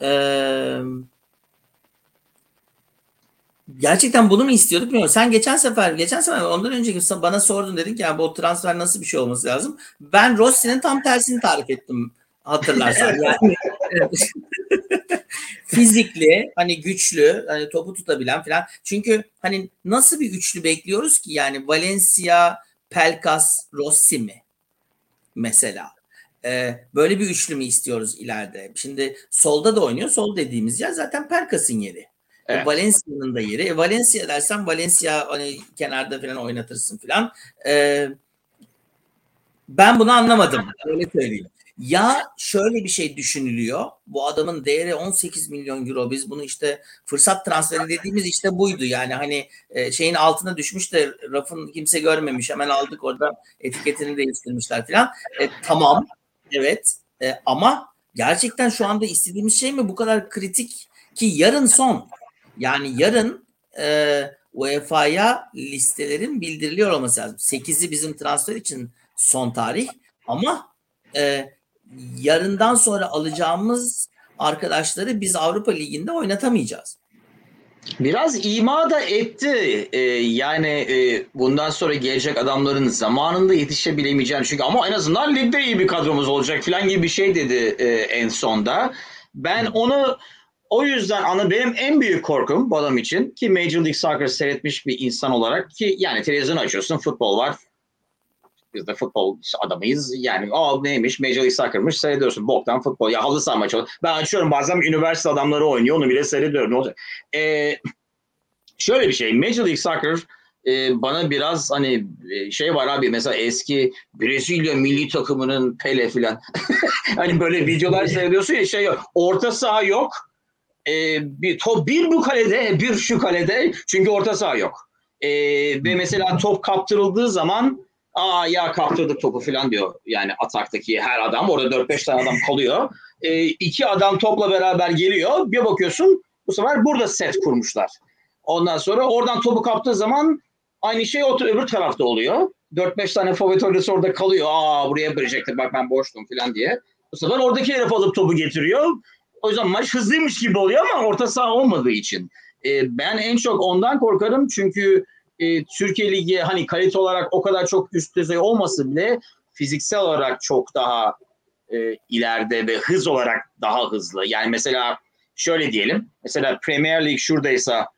gerçekten bunu mu istiyorduk bilmiyorum. Sen geçen sefer ondan önceki bana sordun, dedin ki yani bu transfer nasıl bir şey olması lazım. Ben Rossi'nin tam tersini tarif ettim, hatırlarsan. Yani fizikli, hani güçlü, hani topu tutabilen falan. Çünkü hani nasıl bir üçlü bekliyoruz ki? Yani Valencia, Pelkas, Rossi mi mesela? Böyle bir üçlü mü istiyoruz ileride? Şimdi solda da oynuyor. Sol dediğimiz yer zaten Pelkas'ın yeri.
Evet.
Valencia'nın da yeri. Valencia dersen Valencia hani kenarda falan oynatırsın falan. Ben bunu anlamadım. Öyle söyleyeyim. Ya şöyle bir şey düşünülüyor. Bu adamın değeri 18 milyon euro. Biz bunu işte fırsat transferi dediğimiz işte buydu. Yani hani şeyin altına düşmüş de rafın kimse görmemiş. Hemen aldık, orada etiketini değiştirmişler falan. Tamam. Evet. Ama gerçekten şu anda istediğimiz şey mi bu kadar kritik ki yarın son. Yani yarın UEFA'ya listelerin bildiriliyor olması lazım. 8'i bizim transfer için son tarih, ama yarından sonra alacağımız arkadaşları biz Avrupa Ligi'nde oynatamayacağız.
Biraz ima da etti. Yani bundan sonra gelecek adamların zamanında yetişebilemeyeceğini. Çünkü ama en azından ligde iyi bir kadromuz olacak falan gibi bir şey dedi en sonda. Ben onu o yüzden benim en büyük korkum bu adam için, ki Major League Soccer seyretmiş bir insan olarak, ki yani televizyonu açıyorsun, futbol var. Biz de futbol adamıyız. Yani neymiş, Major League Soccer'mış, seyrediyorsun. Boktan futbol. Ya halı saha maçı. Ben açıyorum bazen, üniversite adamları oynuyor. Onu bile seyrediyorum. Ne olacak? Şöyle bir şey. Major League Soccer bana biraz hani şey var abi, mesela eski Brezilya milli takımının Pele filan. Hani böyle videolar seyrediyorsun ya, şey yok. Orta saha yok. Bir top bir bu kalede, bir şu kalede. Çünkü orta saha yok. Ve mesela top kaptırıldığı zaman ya kaptırdık topu falan diyor. Yani ataktaki her adam, orada 4-5 tane adam kalıyor. İki adam topla beraber geliyor. Bir bakıyorsun bu sefer burada set kurmuşlar. Ondan sonra oradan topu kaptığı zaman aynı şey öbür tarafta oluyor. 4-5 tane forvet oyuncusu orada kalıyor. Buraya verecektim, bak ben boştum falan diye. Bu sefer oradaki herif alıp topu getiriyor. O yüzden maç hızlıymış gibi oluyor ama orta saha olmadığı için. Ben en çok ondan korkarım, çünkü Türkiye Ligi hani kalite olarak o kadar çok üst düzey olması bile fiziksel olarak çok daha ileride ve hız olarak daha hızlı. Yani mesela şöyle diyelim, mesela Premier Lig şuradaysa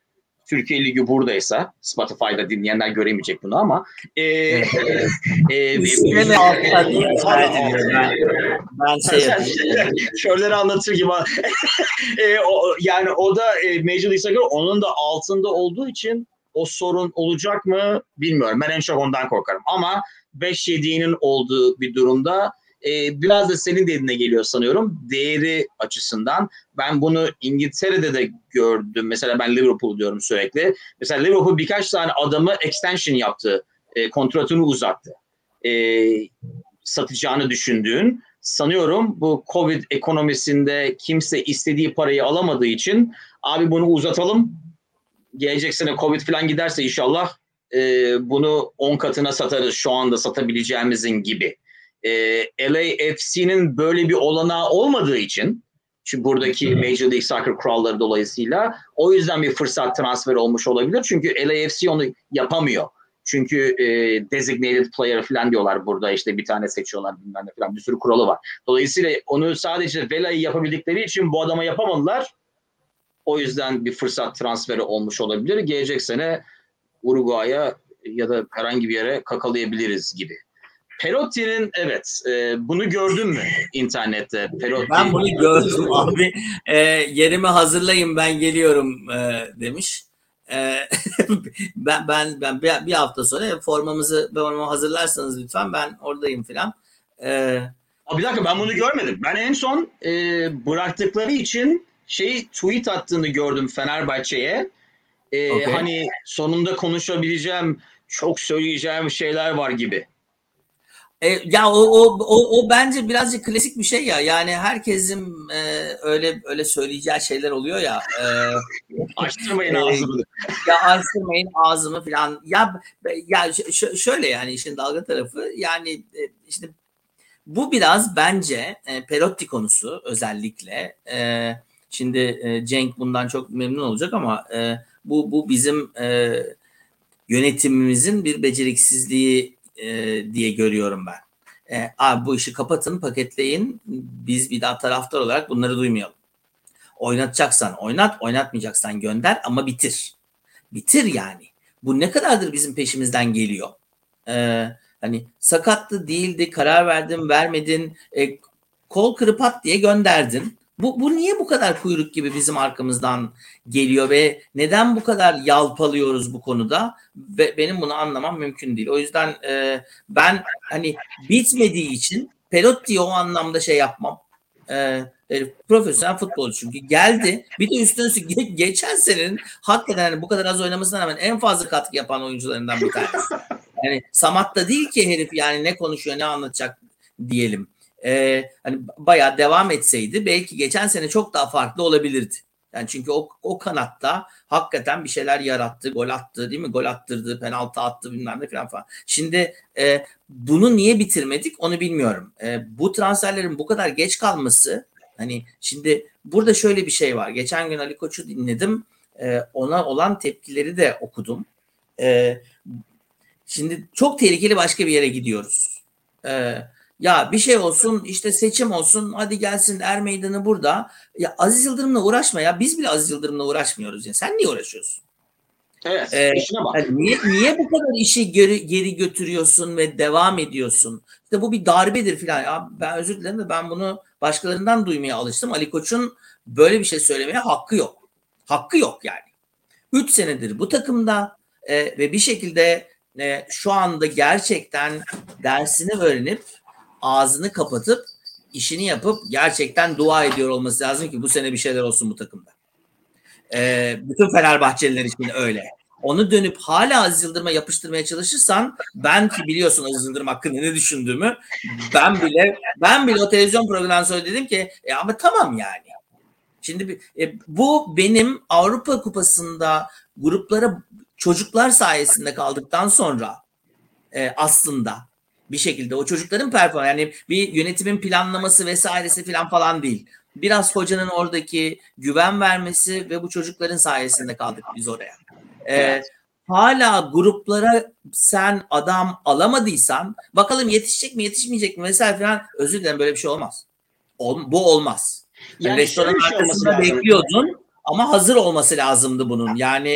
Türkiye Ligi buradaysa, Spotify'da dinleyenler göremeyecek bunu ama
Evet. Üstte mi altta diye işaret ediyorum ben şey yapayım.
Şöyle anlatır gibi. Yani o da Major League Soccer onun da altında olduğu için o sorun olacak mı bilmiyorum. Ben en çok ondan korkarım. Ama 5-7'nin olduğu bir durumda biraz da senin dediğine geliyor sanıyorum. Değeri açısından. Ben bunu İngiltere'de de gördüm. Mesela ben Liverpool diyorum sürekli. Mesela Liverpool birkaç tane adamı extension yaptı. Kontratını uzattı. Satacağını düşündüğün. Sanıyorum bu Covid ekonomisinde kimse istediği parayı alamadığı için abi bunu uzatalım. Gelecek sene Covid falan giderse inşallah bunu 10 katına satarız şu anda satabileceğimizin gibi. LAFC'nin böyle bir olanağı olmadığı için çünkü buradaki Major League Soccer kuralları dolayısıyla o yüzden bir fırsat transferi olmuş olabilir. Çünkü LAFC onu yapamıyor. Çünkü designated player falan diyorlar burada işte bir tane seçiyorlar bilmem ne falan bir sürü kuralı var. Dolayısıyla onu sadece Vela'yı yapabildikleri için bu adama yapamadılar. O yüzden bir fırsat transferi olmuş olabilir. Gelecek sene Uruguay'a ya da herhangi bir yere kakalayabiliriz gibi. Perotti'nin evet bunu gördün mü internette? Perotti.
Ben bunu gördüm abi. Yerimi hazırlayın ben geliyorum demiş. Ben bir hafta sonra formamı hazırlarsanız lütfen ben oradayım filan.
Bir dakika ben bunu görmedim. Ben en son bıraktıkları için tweet attığını gördüm Fenerbahçe'ye. Okay. Hani sonunda konuşabileceğim, çok söyleyeceğim şeyler var gibi.
Ya o bence birazcık klasik bir şey ya. Yani herkesin öyle söyleyeceği şeyler oluyor ya.
Açtırmayın ağzımı.
Ya açtırmayın ağzımı falan. Ya şöyle yani işin dalga tarafı yani işte bu biraz bence Perotti konusu özellikle. Şimdi Cenk bundan çok memnun olacak ama bu bizim yönetimimizin bir beceriksizliği diye görüyorum ben. Abi bu işi kapatın, paketleyin. Biz bir daha taraftar olarak bunları duymayalım. Oynatacaksan oynat, oynatmayacaksan gönder ama bitir. Bitir yani. Bu ne kadardır bizim peşimizden geliyor. Hani sakattı değildi, karar verdin, vermedin, kol kırıp at diye gönderdin. Bu niye bu kadar kuyruk gibi bizim arkamızdan geliyor ve neden bu kadar yalpalıyoruz bu konuda? Ve benim bunu anlamam mümkün değil. O yüzden ben hani bitmediği için Pelotti'ye o anlamda şey yapmam. Profesyonel futbolcu çünkü geldi. Bir de üstüne geçen senenin hakikaten hani bu kadar az oynamasına rağmen en fazla katkı yapan oyuncularından bir tanesi. Yani Samat'ta değil ki herif yani ne konuşuyor ne anlatacak diyelim. Hani bayağı devam etseydi belki geçen sene çok daha farklı olabilirdi. Yani çünkü o kanatta hakikaten bir şeyler yarattı, gol attı değil mi? Gol attırdı, penaltı attı bilmem ne falan. Şimdi bunu niye bitirmedik onu bilmiyorum. Bu transferlerin bu kadar geç kalması hani şimdi burada şöyle bir şey var. Geçen gün Ali Koç'u dinledim. Ona olan tepkileri de okudum. Şimdi çok tehlikeli başka bir yere gidiyoruz. Ya bir şey olsun işte seçim olsun hadi gelsin er meydanı burada. Ya Aziz Yıldırım'la uğraşma ya. Biz bile Aziz Yıldırım'la uğraşmıyoruz. Yani. Sen niye uğraşıyorsun?
Evet. İşine bak.
Yani niye bu kadar işi geri götürüyorsun ve devam ediyorsun? İşte bu bir darbedir filan. Ya ben özür dilerim de ben bunu başkalarından duymaya alıştım. Ali Koç'un böyle bir şey söylemeye hakkı yok. Hakkı yok yani. 3 senedir bu takımda ve bir şekilde şu anda gerçekten dersini öğrenip ağzını kapatıp işini yapıp gerçekten dua ediyor olması lazım ki bu sene bir şeyler olsun bu takımda. Bütün Fenerbahçeliler için öyle. Onu dönüp hala Aziz Yıldırım'a yapıştırmaya çalışırsan ben ki biliyorsun Aziz Yıldırım hakkında ne düşündüğümü ben bile o televizyon programından sonra dedim ki ama tamam yani. Şimdi bu benim Avrupa Kupası'nda gruplara çocuklar sayesinde kaldıktan sonra aslında bir şekilde o çocukların performansı yani bir yönetimin planlaması vesairesi falan değil. Biraz hocanın oradaki güven vermesi ve bu çocukların sayesinde kaldık biz oraya. Hala gruplara sen adam alamadıysan bakalım yetişecek mi yetişmeyecek mi vesaire falan özür dilerim böyle bir şey olmaz. Bu olmaz. Yani restoranın arkasında bekliyordun ama hazır olması lazımdı bunun. Yani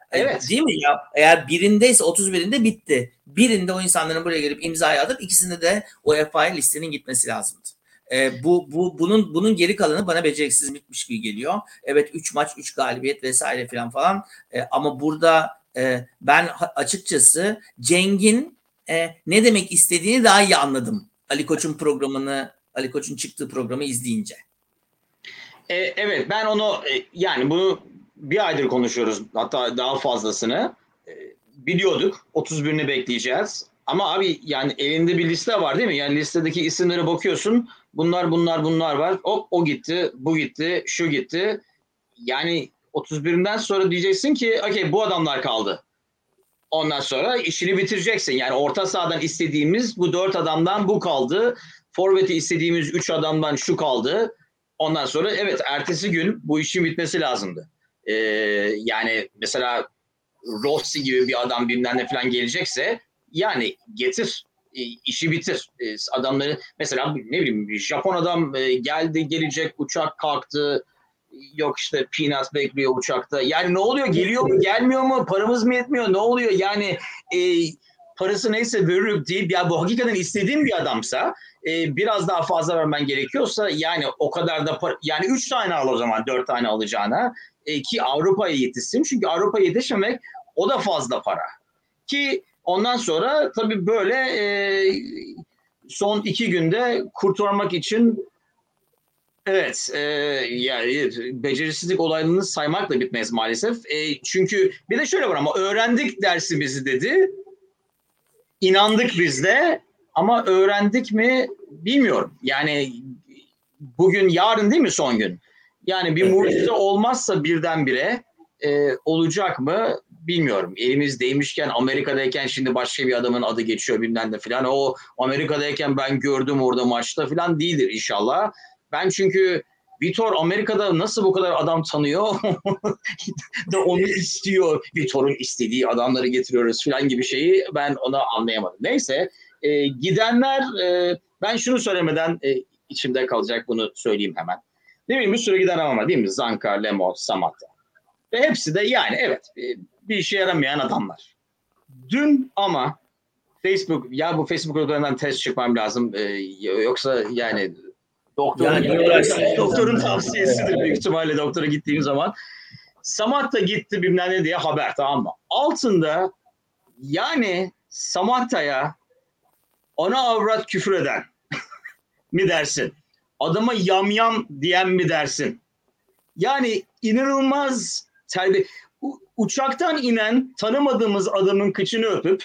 Evet.
Değil mi ya? Eğer birindeyse 31'inde bitti. Birinde o insanların buraya gelip imzayı atıp ikisinde de UEFA'ya listenin gitmesi lazımdı. Bunun geri kalanı bana beceriksizlikmiş gibi geliyor. Evet 3 maç 3 galibiyet vesaire falan. Ama burada ben açıkçası Ceng'in ne demek istediğini daha iyi anladım. Ali Koç'un çıktığı programı izleyince.
Evet, ben onu yani bunu bir aydır konuşuyoruz, hatta daha fazlasını. Biliyorduk 31'ini bekleyeceğiz. Ama abi yani elinde bir liste var değil mi? Yani listedeki isimlere bakıyorsun. Bunlar var. O gitti, bu gitti, şu gitti. Yani 31'inden sonra diyeceksin ki okey, bu adamlar kaldı. Ondan sonra işini bitireceksin. Yani orta sahadan istediğimiz bu 4 adamdan bu kaldı. Forvet'i istediğimiz 3 adamdan şu kaldı. Ondan sonra evet, ertesi gün bu işin bitmesi lazımdı. Yani mesela Rossi gibi bir adam bilmem ne falan gelecekse yani getir, işi bitir. Adamları mesela ne bileyim Japon adam geldi, gelecek, uçak kalktı, yok işte Peanut bekliyor uçakta. Yani ne oluyor? Geliyor mu? Gelmiyor mu? Paramız mı yetmiyor? Ne oluyor? Yani parası neyse veririm deyip ya bu hakikaten istediğim bir adamsa biraz daha fazla vermen gerekiyorsa yani o kadar da yani 3 tane al o zaman 4 tane alacağına ki Avrupa'ya yetişsin. Çünkü Avrupa'ya yetişmemek o da fazla para. Ki ondan sonra tabii böyle son 2 günde kurtarmak için evet, yani beceriksizlik olaylarını saymakla bitmez maalesef. Çünkü bir de şöyle var, ama öğrendik dersimizi dedi. İnandık biz de, ama öğrendik mi bilmiyorum. Yani bugün yarın değil mi son gün? Yani bir mucize olmazsa birdenbire olacak mı bilmiyorum. Elimiz değmişken, Amerika'dayken şimdi başka bir adamın adı geçiyor bilmem ne falan. O Amerika'dayken ben gördüm orada maçta falan değildir inşallah. Ben çünkü Vitor Amerika'da nasıl bu kadar adam tanıyor da onu istiyor. Vitor'un istediği adamları getiriyoruz falan gibi şeyi ben ona anlayamadım. Neyse gidenler ben şunu söylemeden içimde kalacak, bunu söyleyeyim hemen. Değil mi? Bir sürü giden ama değil mi? Zanka, Lemo, Samatta. Ve hepsi de yani evet bir işe yaramayan adamlar. Dün ama bu Facebook gruplarından test çıkmam lazım. Yoksa yani doktorun tavsiyesidir büyük ihtimalle doktora gittiğim zaman. Samatta gitti bilmem ne diye haber, tamam mı? Altında yani Samatta'ya ona avrat küfür eden mi dersin? Adama yamyam diyen mi dersin? Yani inanılmaz terbiye. Uçaktan inen tanımadığımız adamın kıçını öpüp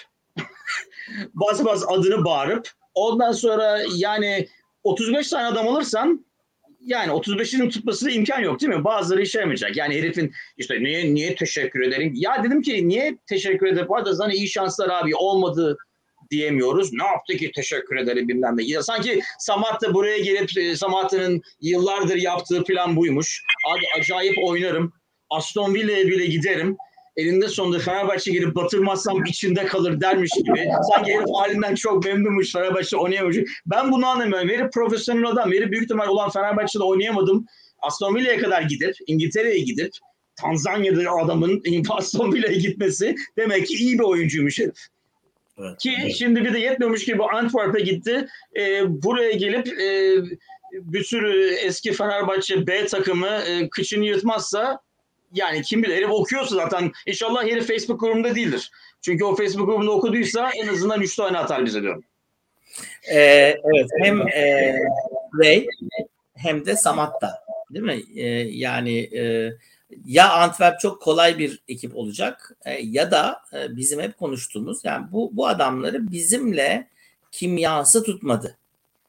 bas adını bağırıp ondan sonra yani 35 tane adam alırsan yani 35'inin tutmasına imkan yok değil mi? Bazıları işe yaramayacak. Yani herifin işte niye teşekkür ederim? Ya dedim ki niye teşekkür ederim? Var da sana iyi şanslar abi, olmadı diyemiyoruz. Ne yaptı ki teşekkür ederim bilmem ne. Ya sanki Samatta buraya gelip Samatta'nın yıllardır yaptığı plan buymuş. Abi acayip oynarım. Aston Villa'ya bile giderim. Elinde sonunda Fenerbahçe gelip batırmazsam içinde kalır dermiş gibi. Sanki herif halinden çok memnunmuş, Fenerbahçe oynayamamış. Ben bunu anlamıyorum. Herif profesyonel adam. Herif büyük ihtimal olan Fenerbahçe'de oynayamadım. Aston Villa'ya kadar gidip, İngiltere'ye gidip Tanzanya'da adamın Aston Villa'ya gitmesi demek ki iyi bir oyuncuymuş herif. Evet. Ki şimdi bir de yetmiyormuş gibi Antwerp'e gitti. Buraya gelip bir sürü eski Fenerbahçe B takımı kıçını yırtmazsa yani kim bilir, herif okuyorsa zaten inşallah herif Facebook grubunda değildir. Çünkü o Facebook grubunda okuduysa en azından 3 tane atar bize diyorum.
Evet, hem Ray hem de Samatta değil mi? Yani ya Antwerp çok kolay bir ekip olacak ya da bizim hep konuştuğumuz yani bu adamları bizimle kimyası tutmadı.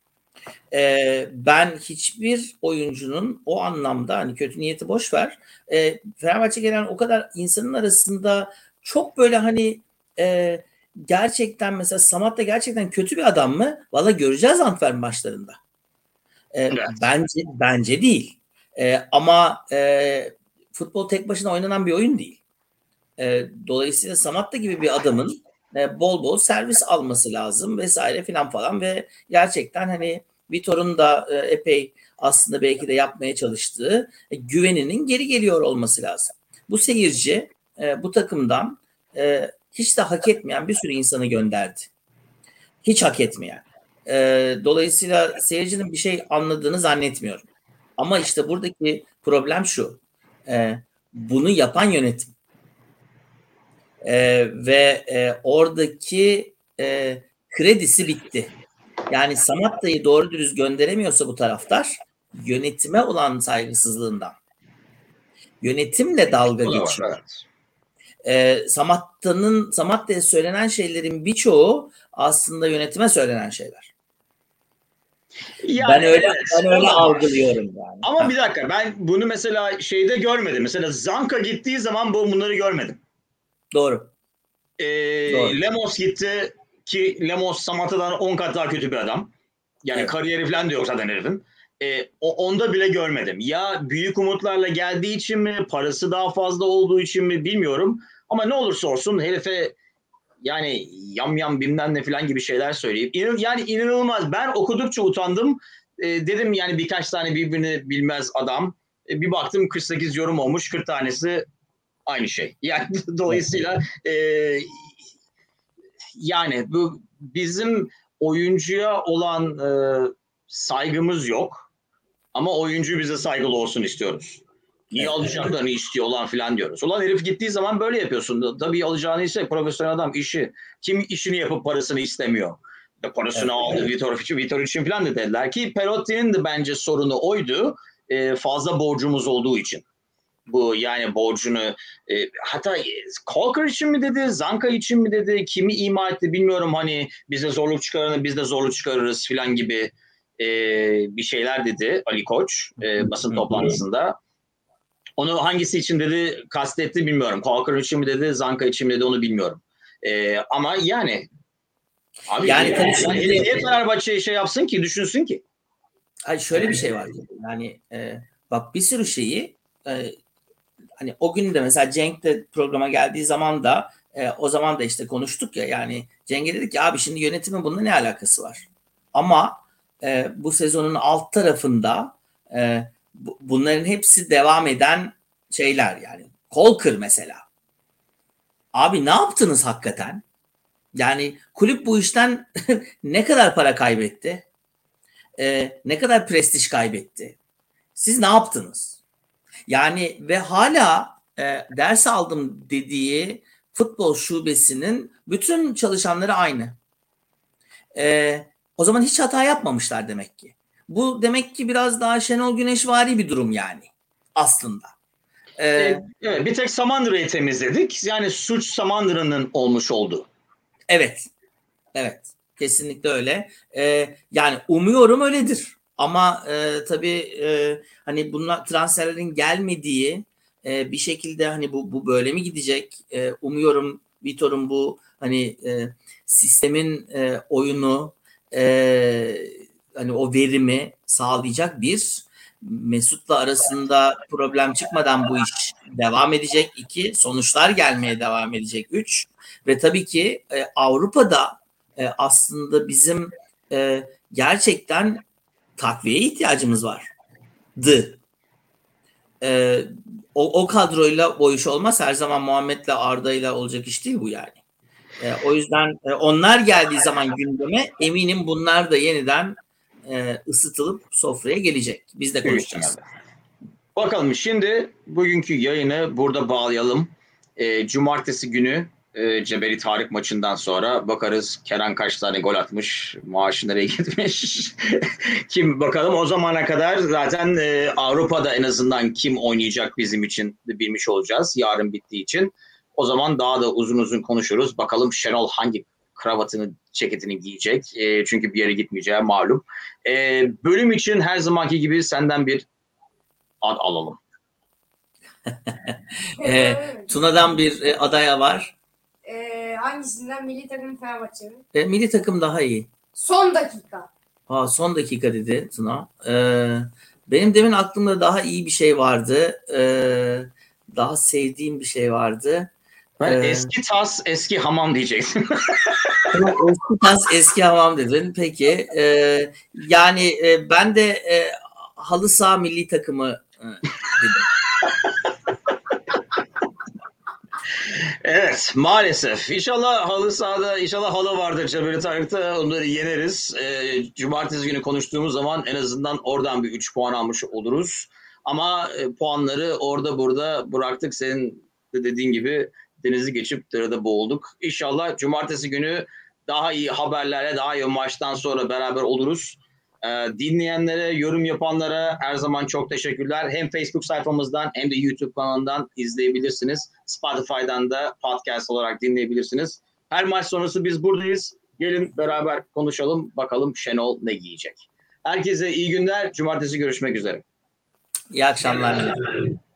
Ben hiçbir oyuncunun o anlamda hani kötü niyeti boş ver. Fenerbahçe gelen o kadar insanın arasında çok böyle hani gerçekten mesela Samatta gerçekten kötü bir adam mı? Valla göreceğiz Antwerp maçlarında. Evet. Bence değil. Ama futbol tek başına oynanan bir oyun değil. Dolayısıyla Samatta gibi bir adamın bol bol servis alması lazım vesaire filan falan ve gerçekten hani Vitor'un da epey aslında belki de yapmaya çalıştığı güveninin geri geliyor olması lazım. Bu seyirci bu takımdan hiç de hak etmeyen bir sürü insanı gönderdi. Hiç hak etmeyen. Dolayısıyla seyircinin bir şey anladığını zannetmiyorum. Ama işte buradaki problem şu. Bunu yapan yönetim. Ve oradaki kredisi bitti. Yani Samatta'yı doğru dürüst gönderemiyorsa bu taraftar yönetime olan saygısızlığından. Yönetimle dalga geçiyor. Samatta'ya söylenen şeylerin birçoğu aslında yönetime söylenen şeyler.
Yani
ben öyle algılıyorum yani.
Ama bir dakika, ben bunu mesela şeyde görmedim. Mesela Zanka gittiği zaman bunları görmedim.
Doğru.
Doğru. Lemos gitti ki Lemos Samatta'dan 10 kat daha kötü bir adam. Yani evet. Kariyeri falan da yok zaten herifin. Onda bile görmedim. Ya büyük umutlarla geldiği için mi, parası daha fazla olduğu için mi bilmiyorum. Ama ne olursa olsun herife yani yam bilmem ne falan gibi şeyler söyleyip yani inanılmaz. Ben okudukça utandım. Dedim yani birkaç tane birbirini bilmez adam. Bir baktım 48 yorum olmuş, 40 tanesi aynı şey. Yani dolayısıyla yani bu bizim oyuncuya olan saygımız yok. Ama oyuncu bize saygılı olsun istiyoruz. Niye alacaklarını istiyor olan filan diyoruz. Ulan herif gittiği zaman böyle yapıyorsun. Tabii alacağını ise profesyonel adam işi. Kim işini yapıp parasını istemiyor. Parasını aldı Vitor için filan da dediler ki Pelotti'nin de bence sorunu oydu. Fazla borcumuz olduğu için. Bu yani borcunu hatta Colker için mi dedi, Zanka için mi dedi, kimi ima etti bilmiyorum, hani bize zorluk çıkarını biz de zorluk çıkarırız filan gibi bir şeyler dedi Ali Koç basın toplantısında. Onu hangisi için dedi kastetti bilmiyorum. Colker için mi dedi, Zanka için mi dedi onu bilmiyorum. Ama yani abi yani niye Fenerbahçe şey yapsın ki, düşünsün ki?
Hayır, şöyle bir şey var. Yani bak bir sürü şeyi hani o gün de mesela Cenk de programa geldiği zaman da o zaman da işte konuştuk ya, yani Cenk'e dedik ki abi şimdi yönetimin bununla ne alakası var? Ama bu sezonun alt tarafında bunların hepsi devam eden şeyler yani. Colker mesela. Abi ne yaptınız hakikaten? Yani kulüp bu işten ne kadar para kaybetti? Ne kadar prestij kaybetti? Siz ne yaptınız? Yani ve hala ders aldım dediği futbol şubesinin bütün çalışanları aynı. O zaman hiç hata yapmamışlar demek ki. Bu demek ki biraz daha Şenol Güneşvari bir durum yani aslında.
Evet, bir tek Samandıra'yı temizledik. Yani suç Samandıra'nın olmuş oldu.
Evet. Evet. Kesinlikle öyle. Yani umuyorum öyledir. Ama tabii hani bunlar transferlerin gelmediği bir şekilde hani bu böyle mi gidecek? Umuyorum Vitor'un bu hani sistemin oyunu hani o verimi sağlayacak bir Mesut'la arasında problem çıkmadan bu iş devam edecek. 2, sonuçlar gelmeye devam edecek. 3 ve tabii ki Avrupa'da aslında bizim gerçekten takviye ihtiyacımız vardı. O kadroyla o iş olmaz. Her zaman Muhammed'le Arda'yla olacak iş değil bu yani. O yüzden onlar geldiği zaman gündeme eminim bunlar da yeniden ısıtılıp sofraya gelecek. Biz de konuşacağız.
Bakalım, şimdi bugünkü yayını burada bağlayalım. Cumartesi günü Cebeli Tarık maçından sonra bakarız Kenan kaç tane gol atmış, maaşı nereye gitmiş. Kim bakalım, o zamana kadar zaten Avrupa'da en azından kim oynayacak bizim için de bilmiş olacağız yarın bittiği için. O zaman daha da uzun uzun konuşuruz. Bakalım Şenol hangi kravatını, ceketini giyecek. Çünkü bir yere gitmeyeceği malum. Bölüm için her zamanki gibi senden bir ad alalım.
Tuna'dan bir adaya var.
Hangisinden? Milli takım, Fenerbahçe mi?
Milli takım daha iyi.
Son dakika.
Son dakika dedi Tuna. Benim demin aklımda daha iyi bir şey vardı. Daha sevdiğim bir şey vardı.
Ben eski tas, eski hamam diyeceksin.
Eski tas, eski hamam dedin. Peki. Yani ben de halı saha milli takımı dedim.
Evet, maalesef. İnşallah halı sahada, inşallah halı vardır Cebeli Tarık'ta. Onları yeneriz. Cumartesi günü konuştuğumuz zaman en azından oradan bir 3 puan almış oluruz. Ama puanları orada burada bıraktık. Senin de dediğin gibi denizi geçip derede boğulduk. İnşallah cumartesi günü daha iyi haberlerle, daha iyi maçtan sonra beraber oluruz. Dinleyenlere, yorum yapanlara her zaman çok teşekkürler. Hem Facebook sayfamızdan hem de YouTube kanalından izleyebilirsiniz. Spotify'dan da podcast olarak dinleyebilirsiniz. Her maç sonrası biz buradayız. Gelin beraber konuşalım. Bakalım Şenol ne giyecek. Herkese iyi günler. Cumartesi görüşmek üzere.
İyi akşamlar.